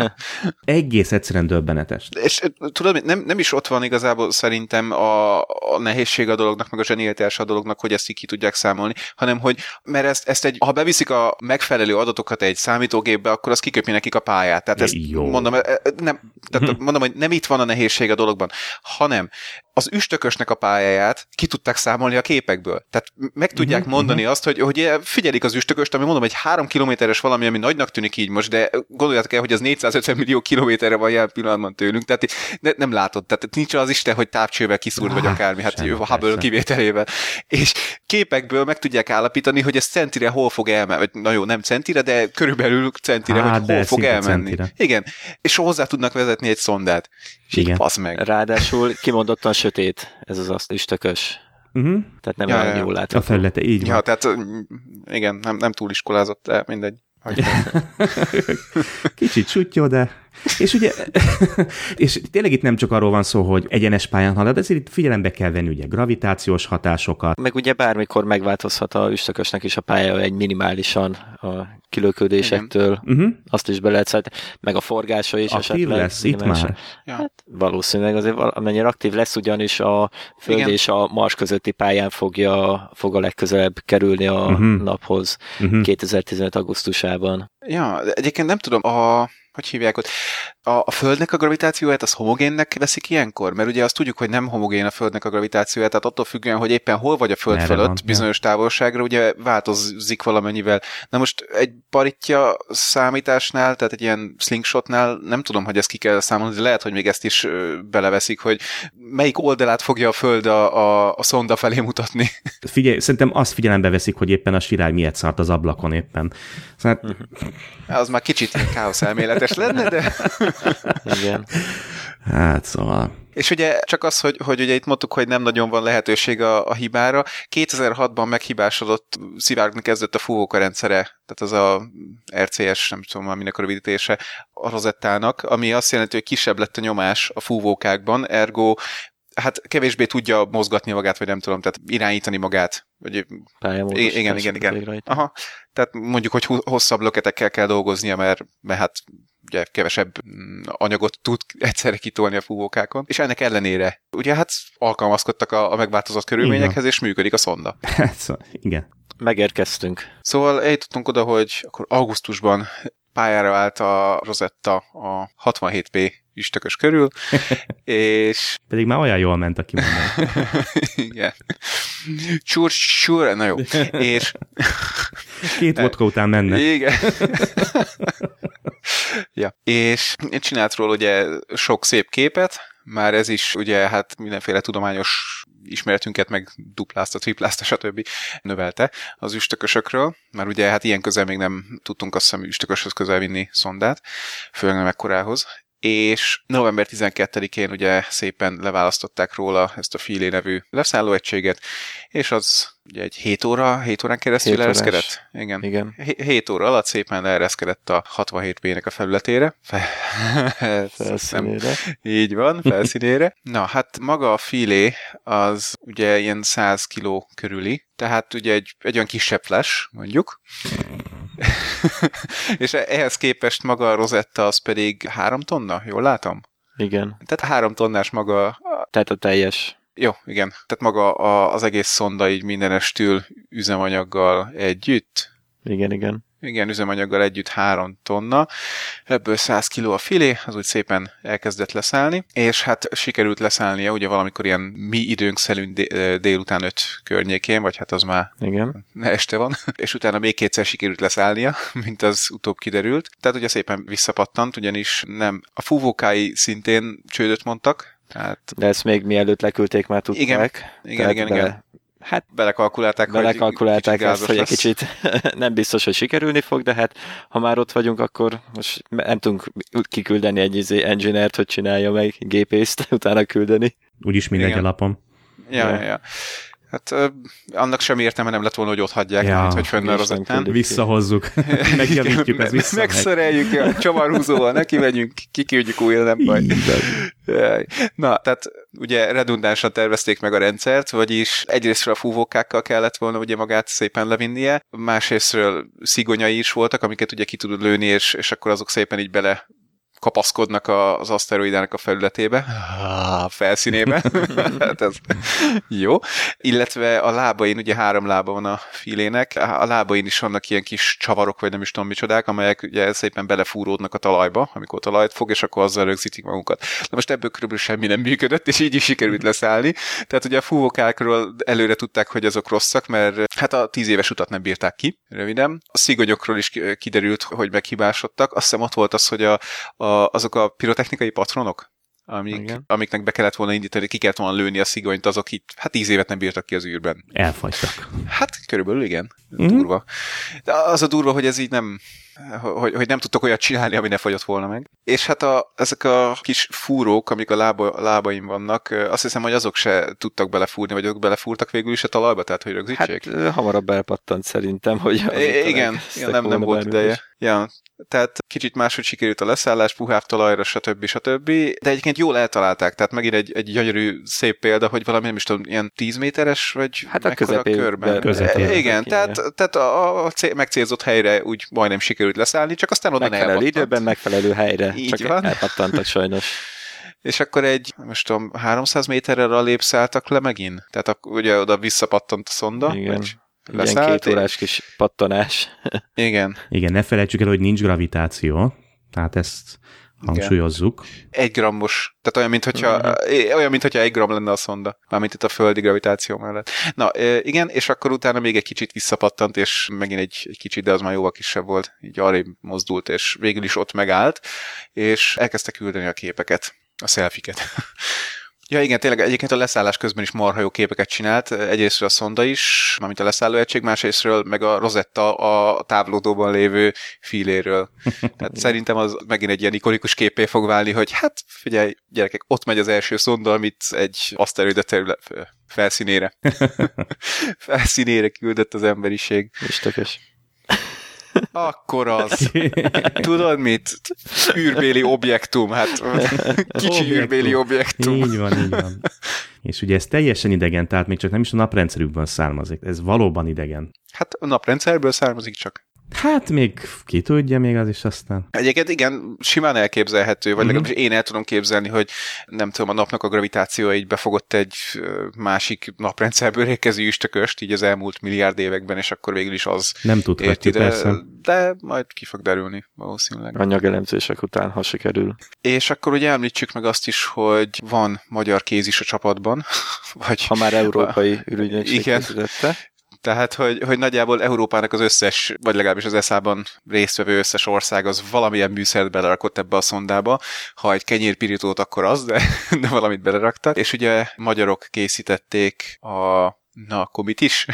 Egész egyszerűen döbbenetes. És tudod, nem, nem is ott van igazából szerintem a, a nehézség a dolognak, meg a zsenialitás a dolognak, hogy ezt így ki tudják számolni, hanem hogy, mert ezt, ezt egy, ha beviszik a megfelelő adatokat egy számítógépbe, akkor az kiköpi nekik a pályát. Tehát ezt Jó. mondom, nem, tehát mondom, hogy nem itt van a nehézség a dologban, hanem az üstökösnek a pályáját ki tudták számolni a képekből. Tehát meg tudják uh-huh, mondani uh-huh. azt, hogy, hogy figyelik az üstököst, ami mondom, egy három kilométeres valami, ami nagynak tűnik így most, de gondoljátok el, hogy az négyszázötven millió kilométerre van jelen pillanatban tőlünk, tehát ne, nem látod, tehát nincs az Isten, hogy tápcsővel kiszúrd, vagy akármi, hát Hubble kivételével. És képekből meg tudják állapítani, hogy ez centire hol fog elmenni, vagy na jó, nem centire, de körülbelül centire, hát, hogy hol fog elmenni. Centire. Igen, és hozzá tudnak vezetni egy szondát. És igen. Így meg. Ráadásul kimondottan sötét ez az azt üstökös. Uh-huh. Tehát nem ja, olyan jól látható. A felülete, így van. Ja, tehát igen, nem, nem túl iskolázott, de mindegy. Kicsit süttyó, de... És ugye, és tényleg itt nem csak arról van szó, hogy egyenes pályán halad, ezért itt figyelembe kell venni ugye gravitációs hatásokat. Meg ugye bármikor megváltozhat a üstökösnek is a pálya egy minimálisan a kilöködésektől. Uh-huh. Azt is be lehet szállítani. Meg a forgása is aktív esetleg. Lesz itt már. Ja. Hát valószínűleg azért amennyire aktív lesz, ugyanis a Föld Igen. és a Mars közötti pályán fogja, fog a legközelebb kerülni a uh-huh. naphoz uh-huh. kétezer-tizenöt augusztusában. Ja, de egyébként nem tudom, a... hogy hívják ott? A, a Földnek a gravitációját az homogénnek veszik ilyenkor? Mert ugye azt tudjuk, hogy nem homogén a Földnek a gravitációját, tehát attól függően, hogy éppen hol vagy a Föld Merre fölött van, bizonyos ja. távolságra, ugye változik valamennyivel. Na most egy paritja számításnál, tehát egy ilyen slingshotnál nem tudom, hogy ezt ki kell számolni, de lehet, hogy még ezt is beleveszik, hogy melyik oldalát fogja a Föld a, a, a szonda felé mutatni. Figyelj, szerintem azt figyelembe veszik, hogy éppen a sirály miért szart az ablakon éppen. Szóval... Az már kicsit káosz elméletes lenne, de... Igen. Hát szóval... És ugye csak az, hogy, hogy ugye itt mondtuk, hogy nem nagyon van lehetőség a, a hibára. kétezer-hatban meghibásodott, szivárogni kezdett a fúvóka rendszere, tehát az a er cé es, nem tudom már minek a rövidítése, a Rosettának, ami azt jelenti, hogy kisebb lett a nyomás a fúvókákban, ergo hát kevésbé tudja mozgatni magát, vagy nem tudom, tehát irányítani magát. Vagy, igen, igen, igen. Aha. Tehát mondjuk, hogy hosszabb löketekkel kell dolgoznia, mert, mert hát ugye kevesebb anyagot tud egyszerre kitolni a fúvókákon, és ennek ellenére ugye hát alkalmazkodtak a, a megváltozott körülményekhez, és működik a szonda. Szóval, igen. megérkeztünk. Szóval eljutottunk oda, hogy akkor augusztusban pályára állt a Rosetta a hatvanhét pé üstökös körül, és... Pedig már olyan jól ment, aki mondani. Igen. Csúr, csúr, na jó. És... Két vodka után menne. Igen. Ja. És csinált róla ugye sok szép képet, már ez is ugye hát mindenféle tudományos ismeretünket meg duplázta, triplázta, stb. Növelte az üstökösökről, mert ugye hát ilyen közel még nem tudtunk azt hiszem üstököshöz közel vinni szondát, főleg nem ekkorához. És november tizenkettedikén ugye szépen leválasztották róla ezt a Philae nevű leszállóegységet, és az ugye egy hét óra, hét órán keresztül leereszkedett. Igen. Igen. hét óra alatt szépen leereszkedett a hatvanhét pének a felületére. Felszínére. Így van, felszínére. Na, hát maga a Philae az ugye ilyen száz kiló körüli, tehát ugye egy, egy olyan kisebb flash, mondjuk. És ehhez képest maga a Rosetta az pedig három tonna, jól látom? Igen. Tehát három tonnás maga... Tehát a teljes... Jó, igen. Tehát maga a, az egész szonda így mindenestül üzemanyaggal együtt. Igen, igen. Igen, üzemanyaggal együtt három tonna. Ebből száz kiló a Philae, az úgy szépen elkezdett leszállni, és hát sikerült leszállnia, ugye valamikor ilyen mi időnk szerint délután öt környékén, vagy hát az már igen. este van, és utána még kétszer sikerült leszállnia, mint az utóbb kiderült. Tehát ugye szépen visszapattant, ugyanis nem, a fúvókái szintén csődöt mondtak. Tehát... De ezt még mielőtt leküldték, már tudták. Igen, igen, igen. Bele... igen. Hát belekalkulálták, belekalkulálták hogy, ezt, hogy egy lesz. kicsit nem biztos, hogy sikerülni fog, de hát ha már ott vagyunk, akkor most nem tudunk kiküldeni egy engineert, hogy csinálja meg gépészt, utána küldeni. Úgyis mindegy Igen. alapon. Ja, ja, ja. Hát ö, annak sem értelme nem lett volna, hogy ott hagyják, ja, mint hogy fönn a Rosettán. Visszahozzuk, megjavítjuk, ez vissza. Megszereljük, a csavarhúzóval neki megyünk, kiküldjük újra, nem baj. Na, tehát ugye redundánsan tervezték meg a rendszert, vagyis egyrésztről a fúvókákkal kellett volna ugye magát szépen levinnie, másrésztről szigonyai is voltak, amiket ugye ki tudod lőni, és, és akkor azok szépen így bele kapaszkodnak az aszteroidának a felületébe, a felszínébe. Hát ez jó. Illetve a lábain, ugye három lába van a Philae-nek, a lábain is vannak ilyen kis csavarok, vagy nem is tudom micsodák, amelyek ugye szépen belefúródnak a talajba, amikor talajt fog, és akkor azzal rögzítik magukat. De most ebből körülbelül semmi nem működött, és így is sikerült leszállni. Tehát ugye a fúvókákról előre tudták, hogy azok rosszak, mert hát a tíz éves utat nem bírták ki, röviden. A szigonyokról is kiderült, hogy meghibásodtak. Azt hiszem ott volt az, hogy a, a azok a pirotechnikai patronok, amik, amiknek be kellett volna indítani, ki kellett volna lőni a szigonyt, azok itt, hát tíz évet nem bírtak ki az űrben. Elfagytak. Hát körülbelül igen. Mm-hmm. Durva. De az a durva, hogy ez így nem, hogy, hogy nem tudtok olyat csinálni, ami ne fagyott volna meg. És hát a, ezek a kis fúrók, amik a, lába, a lábaim vannak, azt hiszem, hogy azok se tudtak belefúrni, vagy azok belefúrtak végül is a talajba, tehát hogy rögzítsék? Hát hamarabb elpattant szerintem, hogy... É, igen, igen nem, nem volt ideje. Ja, tehát kicsit máshogy sikerült a leszállás, puhább talajra, stb. stb. De egyébként jól eltalálták, tehát megint egy, egy gyönyörű, szép példa, hogy valami nem is tudom, ilyen tíz méteres, vagy hát a közepén. Közepén. Igen, tehát, tehát a, a cél, megcélzott helyre úgy majdnem sikerült leszállni, csak aztán onnan megfelelő elpattant. időben, megfelelő helyre, így csak van. elpattantak sajnos. És akkor egy, most tudom, háromszáz méterrel alébb szálltak le megint? Tehát akkor ugye oda visszapattant a szonda, igen. Vagy ilyen két órás kis pattanás. Igen. Igen, ne felejtsük el, hogy nincs gravitáció, tehát ezt hangsúlyozzuk. Igen. Egy grammos, tehát olyan, mintha uh-huh. olyan, mintha egy gram lenne a szonda, mármint itt a földi gravitáció mellett. Na, igen, és akkor utána még egy kicsit visszapattant, és megint egy, egy kicsit, de az már jóval kisebb volt, így arrébb mozdult, és végül is ott megállt, és elkezdte küldeni a képeket, a selfiket. Ja igen, tényleg egyébként a leszállás közben is marha jó képeket csinált, egyrésztről a szonda is, mármint a leszállóegység, másrésztről meg a Rosetta a távlódóban lévő Philae-ről. Tehát szerintem az megint egy ilyen ikonikus képé fog válni, hogy hát figyelj, gyerekek, ott megy az első szonda, amit egy aszteroida terület felszínére. felszínére küldött az emberiség. És tökös. Akkor az. Tudod mit? Űrbéli objektum, hát kicsi objektum. űrbéli objektum. Így van, így van. És ugye ez teljesen idegen, tehát még csak nem is a naprendszerükből származik. Ez valóban idegen. Hát a naprendszerből származik csak. Hát még ki tudja még az is aztán. Egyébként igen, simán elképzelhető, vagy mm-hmm. legalábbis én el tudom képzelni, hogy nem tudom, a napnak a gravitációja így befogott egy másik naprendszerből érkező üstököst, így az elmúlt milliárd években, és akkor végül is az nem tudhatjuk, persze. De majd ki fog derülni valószínűleg. Anyagelemzések után, ha sikerül. És akkor ugye említsük meg azt is, hogy van magyar kéz is a csapatban. Vagy ha már európai ürügynökség készítette. Tehát, hogy, hogy nagyjából Európának az összes, vagy legalábbis az eszában résztvevő összes ország az valamilyen műszert belerakott ebbe a szondába. Ha egy kenyérpirítót, akkor az, de, de valamit beleraktak. És ugye magyarok készítették a... Na, akkor mit is?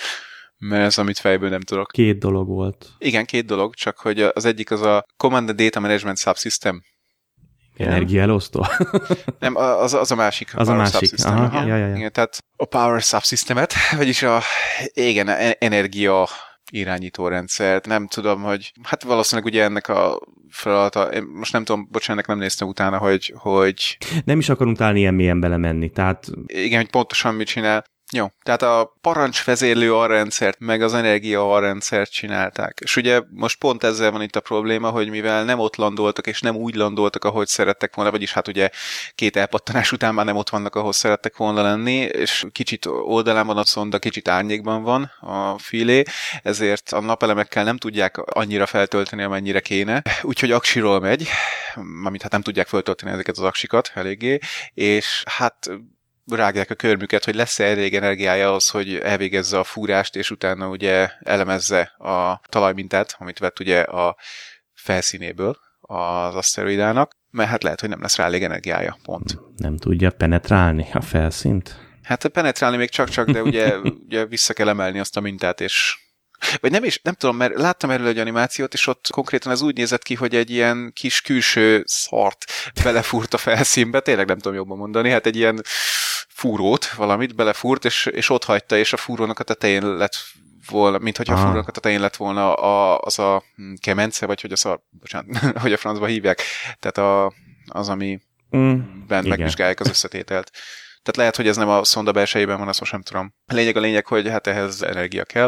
Mert ez, amit fejből nem tudok. Két dolog volt. Igen, két dolog, csak hogy az egyik az a Command and Data Management Subsystem. Energiaelosztó? Nem, az, az a másik. Az a, a másik. Aha, igen. Ja, ja, ja. Igen, tehát a Power Subsystemet, vagyis a igen, energia irányító rendszert. Nem tudom, hogy hát valószínűleg ugye ennek a feladata, én most nem tudom, bocsánat, ennek nem néztem utána, hogy, hogy... Nem is akarunk talán ilyen mélyen belemenni, tehát... Igen, hogy pontosan mit csinál. Jó, tehát a parancsvezérlő alrendszert, meg az energia alrendszert csinálták. És ugye most pont ezzel van itt a probléma, hogy mivel nem ott landoltak, és nem úgy landoltak, ahogy szerettek volna, vagyis hát ugye két elpattanás után már nem ott vannak, ahol szerettek volna lenni, és kicsit oldalán van a szonda, kicsit árnyékban van a filé, ezért a napelemekkel nem tudják annyira feltölteni, amennyire kéne. Úgyhogy aksiról megy, amit hát nem tudják feltölteni ezeket az aksikat eléggé, és hát rágják a körmüket, hogy lesz-e elég energiája ahhoz, hogy elvégezze a fúrást, és utána ugye elemezze a talajmintát, amit vett ugye a felszínéből az aszteroidának, mert hát lehet, hogy nem lesz rá elég energiája, pont. Nem tudja penetrálni a felszínt? Hát penetrálni még csak-csak, de ugye, ugye vissza kell emelni azt a mintát, és vagy nem is, nem tudom, mert láttam erről egy animációt, és ott konkrétan ez úgy nézett ki, hogy egy ilyen kis külső szart belefúrt a felszínbe, tényleg nem tudom jobban mondani, hát egy ilyen fúrót, valamit belefúrt, és, és ott hagyta, és a fúrónak a tetején lett volna, mint hogyha a fúrónak a tetején lett volna a, az a kemence, vagy hogy a szar, bocsánat, hogy a francba hívják, tehát a, az, ami mm, bent megvizsgálják az összetételt. Tehát lehet, hogy ez nem a szonda belsejében van, azt most nem tudom. A lényeg a lényeg, hogy hát ehhez energia kell,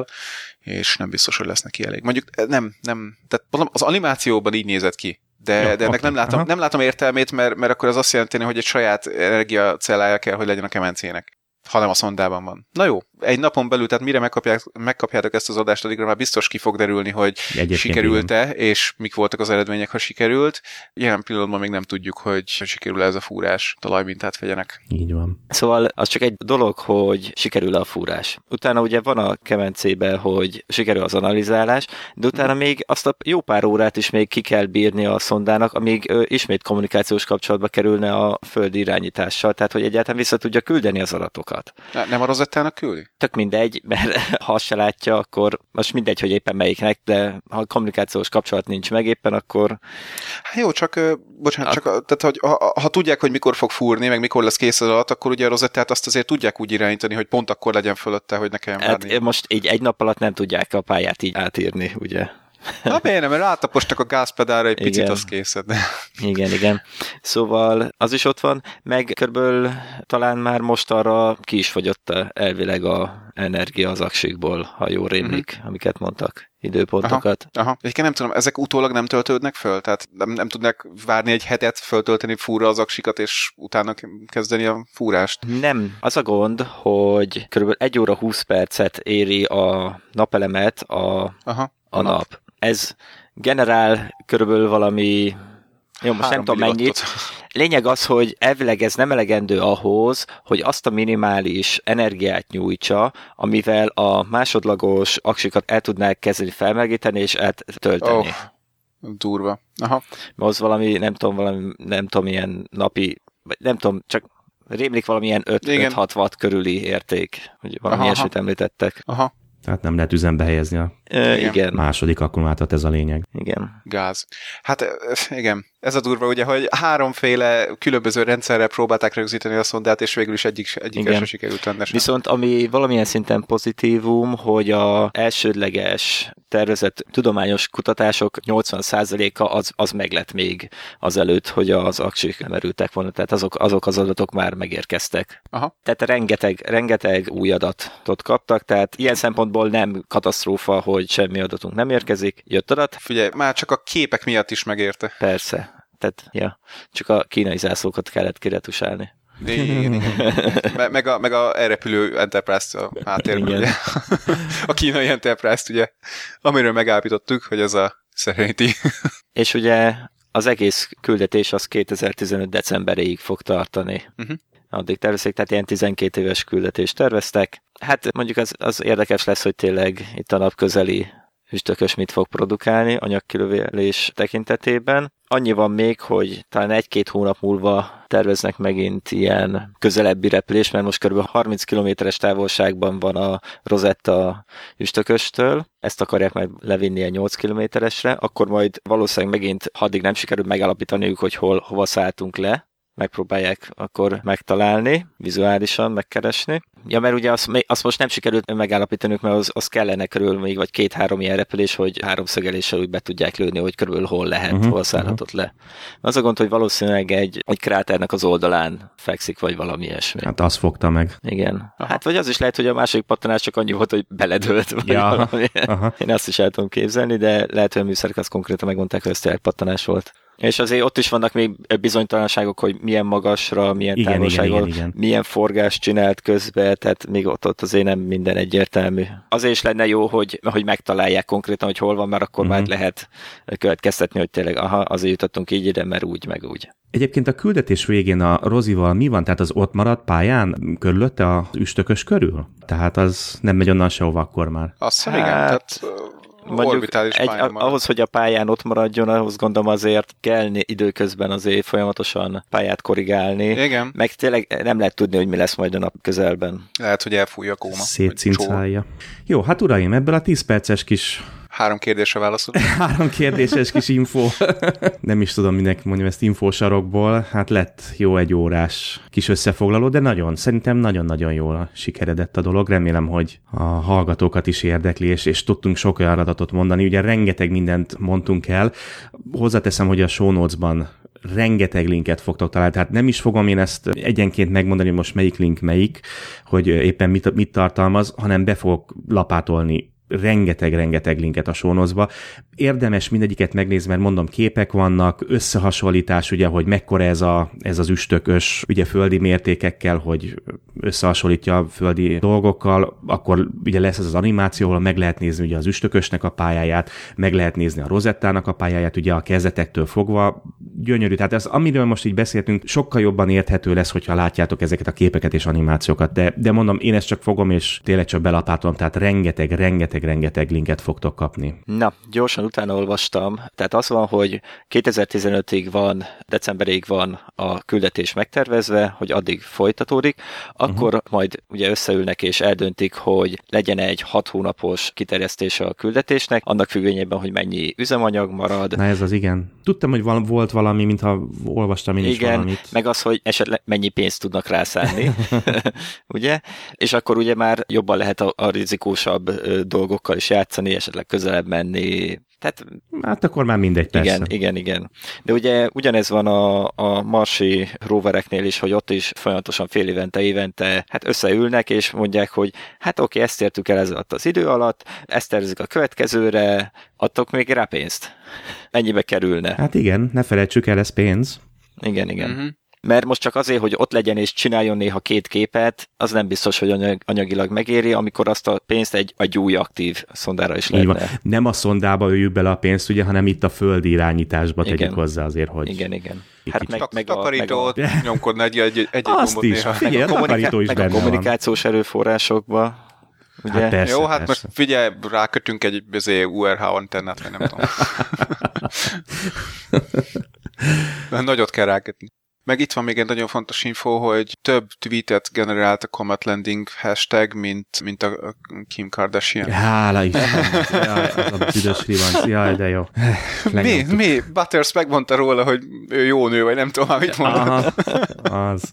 és nem biztos, hogy lesz neki elég. Mondjuk nem, nem, tehát az animációban így nézett ki, de, Jó, de ennek okay. nem, látom, nem látom értelmét, mert, mert akkor az azt jelenti, hogy egy saját energiacellája kell, hogy legyen a kemencének, hanem a szondában van. Na jó, egy napon belül, tehát mire megkapják, megkapjátok ezt az adást, addigra már biztos ki fog derülni, hogy Egyébként sikerült-e, igen. és mik voltak az eredmények, ha sikerült. Jelen pillanatban még nem tudjuk, hogy sikerül ez a fúrás, talajmintát vegyenek. Így van. Szóval az csak egy dolog, hogy sikerül a fúrás. Utána ugye van a kemencébe, hogy sikerül az analizálás, de utána hmm. még azt a jó pár órát is még ki kell bírni a szondának, amíg ö, ismét kommunikációs kapcsolatba kerülne a földi irányítással, tehát hogy egyáltalán vissza tudja küldeni az adatokat. Ne, nem a Rosettának küldi? Tök mindegy, mert ha azt se látja, akkor most mindegy, hogy éppen melyiknek, de ha kommunikációs kapcsolat nincs meg éppen, akkor... Hát jó, csak, bocsánat, a... csak tehát, hogy ha, ha tudják, hogy mikor fog fúrni, meg mikor lesz kész az alatt, akkor ugye a Rosettát azt azért tudják úgy irányítani, hogy pont akkor legyen fölötte, hogy ne kelljen várni. Hát most így egy nap alatt nem tudják a pályát így átírni, ugye? Na miért nem, mert rátapostak a gázpedálra egy picit, az készed. Igen, igen. Szóval az is ott van, meg körülbelül talán már most arra ki is fogyott elvileg a energia az aksikból, ha jól rémlik, uh-huh. amiket mondtak, időpontokat. Aha, aha. Egyébként nem tudom, ezek utólag nem töltődnek föl? Tehát nem, nem tudnak várni egy hetet, föltölteni fúrra az aksikat, és utána kezdeni a fúrást? Nem. Az a gond, hogy körülbelül egy óra húsz percet éri a napelemet a, aha, a nap. nap. Ez generál körülbelül valami, jó, most nem tudom mennyit. Lényeg az, hogy elvileg ez nem elegendő ahhoz, hogy azt a minimális energiát nyújtsa, amivel a másodlagos aksikat el tudnák kezdeni felmelegíteni és eltölteni. Oh, durva. Aha. Az valami, nem tudom, valami, nem tudom, ilyen napi, vagy nem tudom, csak rémlik valamilyen öt-hat watt körüli érték, hogy valami ilyesmit említettek. Aha. Tehát nem lehet üzembe helyezni a e, igen. második akkumulátort, ez a lényeg. Igen. Gáz. Hát igen, Ez a durva, ugye, hogy háromféle különböző rendszerrel próbálták rögzíteni a szondát, és végül is egyik, egyik sem sikerült rendesen. Viszont ami valamilyen szinten pozitívum, hogy a elsődleges tervezett tudományos kutatások nyolcvan százaléka az, az meglett még azelőtt, hogy az aksik merültek volna, tehát azok, azok az adatok már megérkeztek. Aha. Tehát rengeteg, rengeteg új adatot kaptak, tehát ilyen szempontból nem katasztrófa, hogy semmi adatunk nem érkezik, jött adat. Figyelj, már csak a képek miatt is megérte. Persze, tehát ja, csak a kínai zászlókat kellett kiretusálni. Igen, igen. Meg a, meg a elrepülő Enterprise-t a háttérben, ugye. A kínai Enterprise-t, ugye, amiről megállapítottuk, hogy ez a Serenity. És ugye az egész küldetés az kétezer-tizenöt decemberéig fog tartani. Uh-huh. Addig tervezték, tehát ilyen tizenkét éves küldetést terveztek. Hát mondjuk az, az érdekes lesz, hogy tényleg itt a napközeli üstökös mit fog produkálni anyagkilövélés tekintetében. Annyi van még, hogy talán egy-két hónap múlva terveznek megint ilyen közelebbi repülés, mert most kb. harminc kilométeres távolságban van a Rosetta üstököstől. Ezt akarják majd levinni a nyolc kilométeresre, akkor majd valószínűleg megint, ha addig nem sikerül megállapítaniuk, hogy hol, hova szálltunk le, megpróbálják akkor megtalálni, vizuálisan megkeresni. Ja, mert ugye azt, azt most nem sikerült megállapítanunk, mert az, az kellene körül még, vagy két-három ilyen repülés, hogy háromszögeléssel úgy be tudják lőni, hogy körül hol lehet, uh-huh, hol szállhatott uh-huh. le. Az a gond, hogy valószínűleg egy, egy kráternek az oldalán fekszik, vagy valami ilyesmi. Hát azt fogta meg. Igen. Aha. Hát vagy az is lehet, hogy a második pattanás csak annyi volt, hogy beledőlt, vagy ja. valami. Aha. Én azt is el tudom képzelni, de lehet, hogy a műszerek azt konkrétan megmondták, hogy ez tényleg pattanás volt. És azért ott is vannak még bizonytalanságok, hogy milyen magasra, milyen igen, távolságon, igen, igen, igen. milyen forgást csinált közben, tehát még ott, ott azért nem minden egyértelmű. Azért is lenne jó, hogy, hogy megtalálják konkrétan, hogy hol van, mert akkor uh-huh. már lehet következtetni, hogy tényleg aha, azért jutottunk így ide, mert úgy, meg úgy. Egyébként a küldetés végén a Rozival mi van? Tehát az ott maradt pályán körülötte a üstökös körül? Tehát az nem megy onnan sehova akkor már? Azt hiszem, igen, tehát... Mondjuk egy, ahhoz, hogy a pályán ott maradjon, ahhoz gondolom azért kell időközben azért folyamatosan pályát korrigálni. Igen. Meg tényleg nem lehet tudni, hogy mi lesz majd a nap közelben. Lehet, hogy elfújja a kóma. Szétcincálja. Jó, hát uraim, ebből a tíz perces kis... Három kérdésre válaszol. Három kérdéses kis info. Nem is tudom, minek mondjam ezt infósarokból. Hát lett jó egy órás kis összefoglaló, de nagyon, szerintem nagyon-nagyon jól sikeredett a dolog. Remélem, hogy a hallgatókat is érdekli, és, és tudtunk sok olyan adatot mondani. Ugye rengeteg mindent mondtunk el. Hozzáteszem, hogy a show notes-ban rengeteg linket fogtok találni, tehát nem is fogom én ezt egyenként megmondani, most melyik link melyik, hogy éppen mit, mit tartalmaz, hanem be fogok lapátolni rengeteg-rengeteg linket a show notes-ba. Érdemes mindegyiket megnézni, mert mondom, képek vannak, összehasonlítás, ugye, hogy mekkora ez, a, ez az üstökös, ugye földi mértékekkel, hogy összehasonlítja a földi dolgokkal, akkor ugye lesz ez az animáció, ahol meg lehet nézni ugye az üstökösnek a pályáját, meg lehet nézni a Rosettának a pályáját, ugye a kezdetektől fogva. Gyönyörű, tehát ez, amiről most így beszéltünk, sokkal jobban érthető lesz, hogyha látjátok ezeket a képeket és animációkat, de, de mondom, én ezt csak fogom, és tényleg csak belapátolom, tehát rengeteg, rengeteg, rengeteg linket fogtok kapni. Na, gyorsan utána olvastam, tehát az van, hogy kétezer-tizenötig van, decemberig van a küldetés megtervezve, hogy addig folytatódik, akkor uh-huh. majd ugye összeülnek és eldöntik, hogy legyen egy hat hónapos kiterjesztése a küldetésnek, annak függvényében, hogy mennyi üzemanyag marad. Na ez az igen. Tudtam, hogy val- volt valami, mintha olvastam én is igen, valamit. Meg az, hogy esetleg mennyi pénzt tudnak rászállni, ugye? És akkor ugye már jobban lehet a, a rizikósabb dolgokkal is játszani, esetleg közelebb menni. Tehát, hát akkor már mindegy, persze. Igen, igen, igen. De ugye ugyanez van a, a marsi rovereknél is, hogy ott is folyamatosan fél évente, évente hát összeülnek, és mondják, hogy hát oké, ezt értük el ez alatt az idő alatt, ezt tervezik a következőre, adtok még rá pénzt. Ennyibe kerülne. Hát igen, ne felejtsük el, ez pénz. Igen, igen. Uh-huh. Mert most csak azért, hogy ott legyen és csináljon néha két képet, az nem biztos, hogy anyag, anyagilag megéri, amikor azt a pénzt egy, egy új aktív szondára is lehetne. Nem a szondába öljük bele a pénzt, ugye, hanem itt a földi irányításba igen. tegyük hozzá azért, hogy... Igen, igen. Hát meg, meg takarítót, a... nyomkodni egy, egy, egy, egy azt is, néha. Figyelj, a, takarító is meg benne a kommunikációs van. Erőforrásokba. Ugye? Hát persze, jó, hát persze. most figyelj, rákötünk egy u er há antennát, vagy nem tudom. Nagyot kell rákötni. Meg itt van még egy nagyon fontos info, hogy több tweetet generált a Comet Landing hashtag, mint, mint a Kim Kardashian. Hála is. Jaj, az a büdös ribanc. Jaj, de jó. Mi? Mi? Butters megmondta róla, hogy ő jó nő, vagy nem tudom, mit mondott. Aha, az.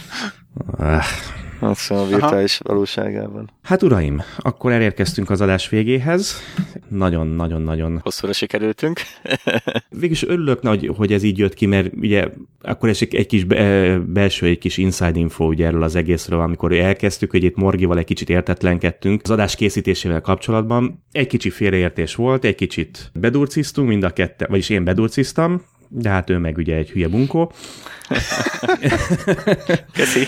Azt a virtuális valóságában. Hát uraim, akkor elérkeztünk az adás végéhez. Nagyon-nagyon-nagyon... Hosszúra sikerültünk. Végülis örülök, hogy, hogy ez így jött ki, mert ugye akkor ez egy kis be, belső, egy kis inside info ugye erről az egészről, amikor elkezdtük, hogy itt Morgival egy kicsit értetlenkedtünk az adás készítésével kapcsolatban. Egy kicsi félreértés volt, egy kicsit bedurciztunk, mind a ketten, vagyis én bedurciztam, de hát ő meg ugye egy hülye bunkó. Köszi.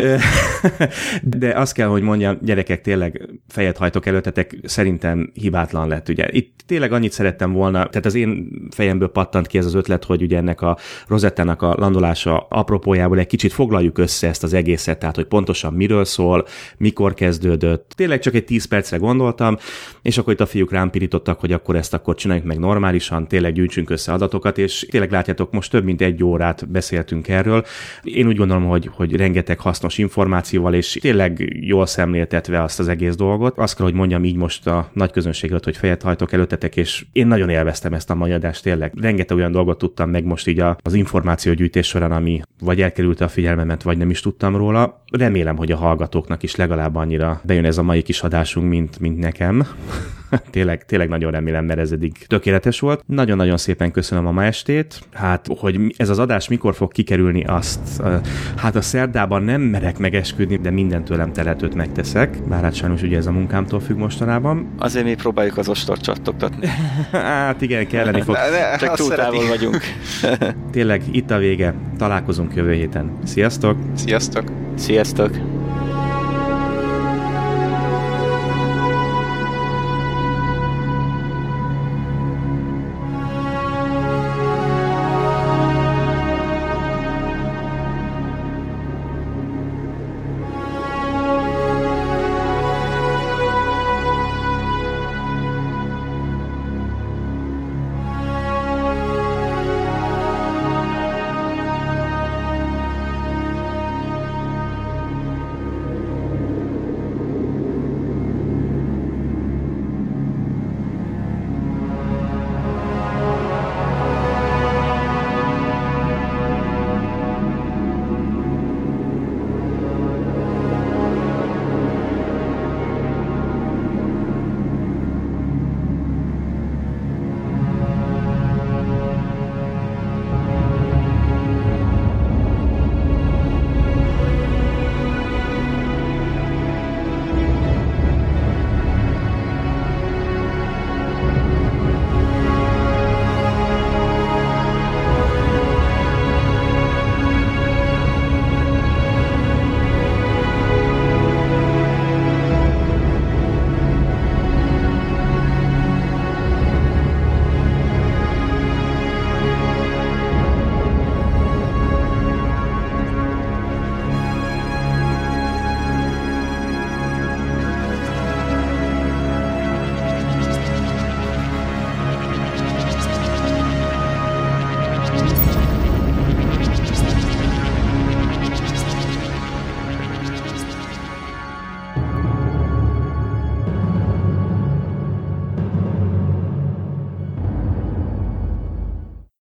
De azt kell, hogy mondjam, gyerekek, tényleg fejet hajtok előttetek, szerintem hibátlan lett. Ugye itt tényleg annyit szerettem volna, tehát az én fejemből pattant ki ez az ötlet, hogy ugye ennek a Rosettának a landolása apropójából egy kicsit foglaljuk össze ezt az egészet, tehát hogy pontosan miről szól, mikor kezdődött. Tényleg csak egy tíz percre gondoltam, és akkor itt a fiúk rám pirítottak, hogy akkor ezt akkor csináljuk meg normálisan, tényleg gyűjtsünk össze adatokat, és tényleg látjátok, most több mint egy órát beszéltünk erről. Én úgy gondolom, hogy, hogy rengeteg hasznos információval, és tényleg jól szemléltetve azt az egész dolgot. Azt kell, hogy mondjam így most a nagy közönség előtt, hogy fejet hajtok előttetek, és én nagyon élveztem ezt a mai adást, tényleg. Rengeteg olyan dolgot tudtam meg most így az információgyűjtés során, ami vagy elkerülte a figyelmemet, vagy nem is tudtam róla. Remélem, hogy a hallgatóknak is legalább annyira bejön ez a mai kis adásunk, mint, mint nekem. tényleg, tényleg nagyon remélem, mert ez eddig tökéletes volt. Nagyon-nagyon szépen köszönöm a ma estét. Hát, hogy ez az adás mikor fog kikerülni, azt hát a szerdában nem merek megesküdni, de minden tőlem telhetőt megteszek. Bár hát sajnos ugye ez a munkámtól függ mostanában. Azért mi próbáljuk az ostort csattogtatni. Hát igen, kelleni fog. Csak túl távol vagyunk. Tényleg itt a vége. Találkozunk jövő héten. Sziasztok! Sziasztok! Sziasztok!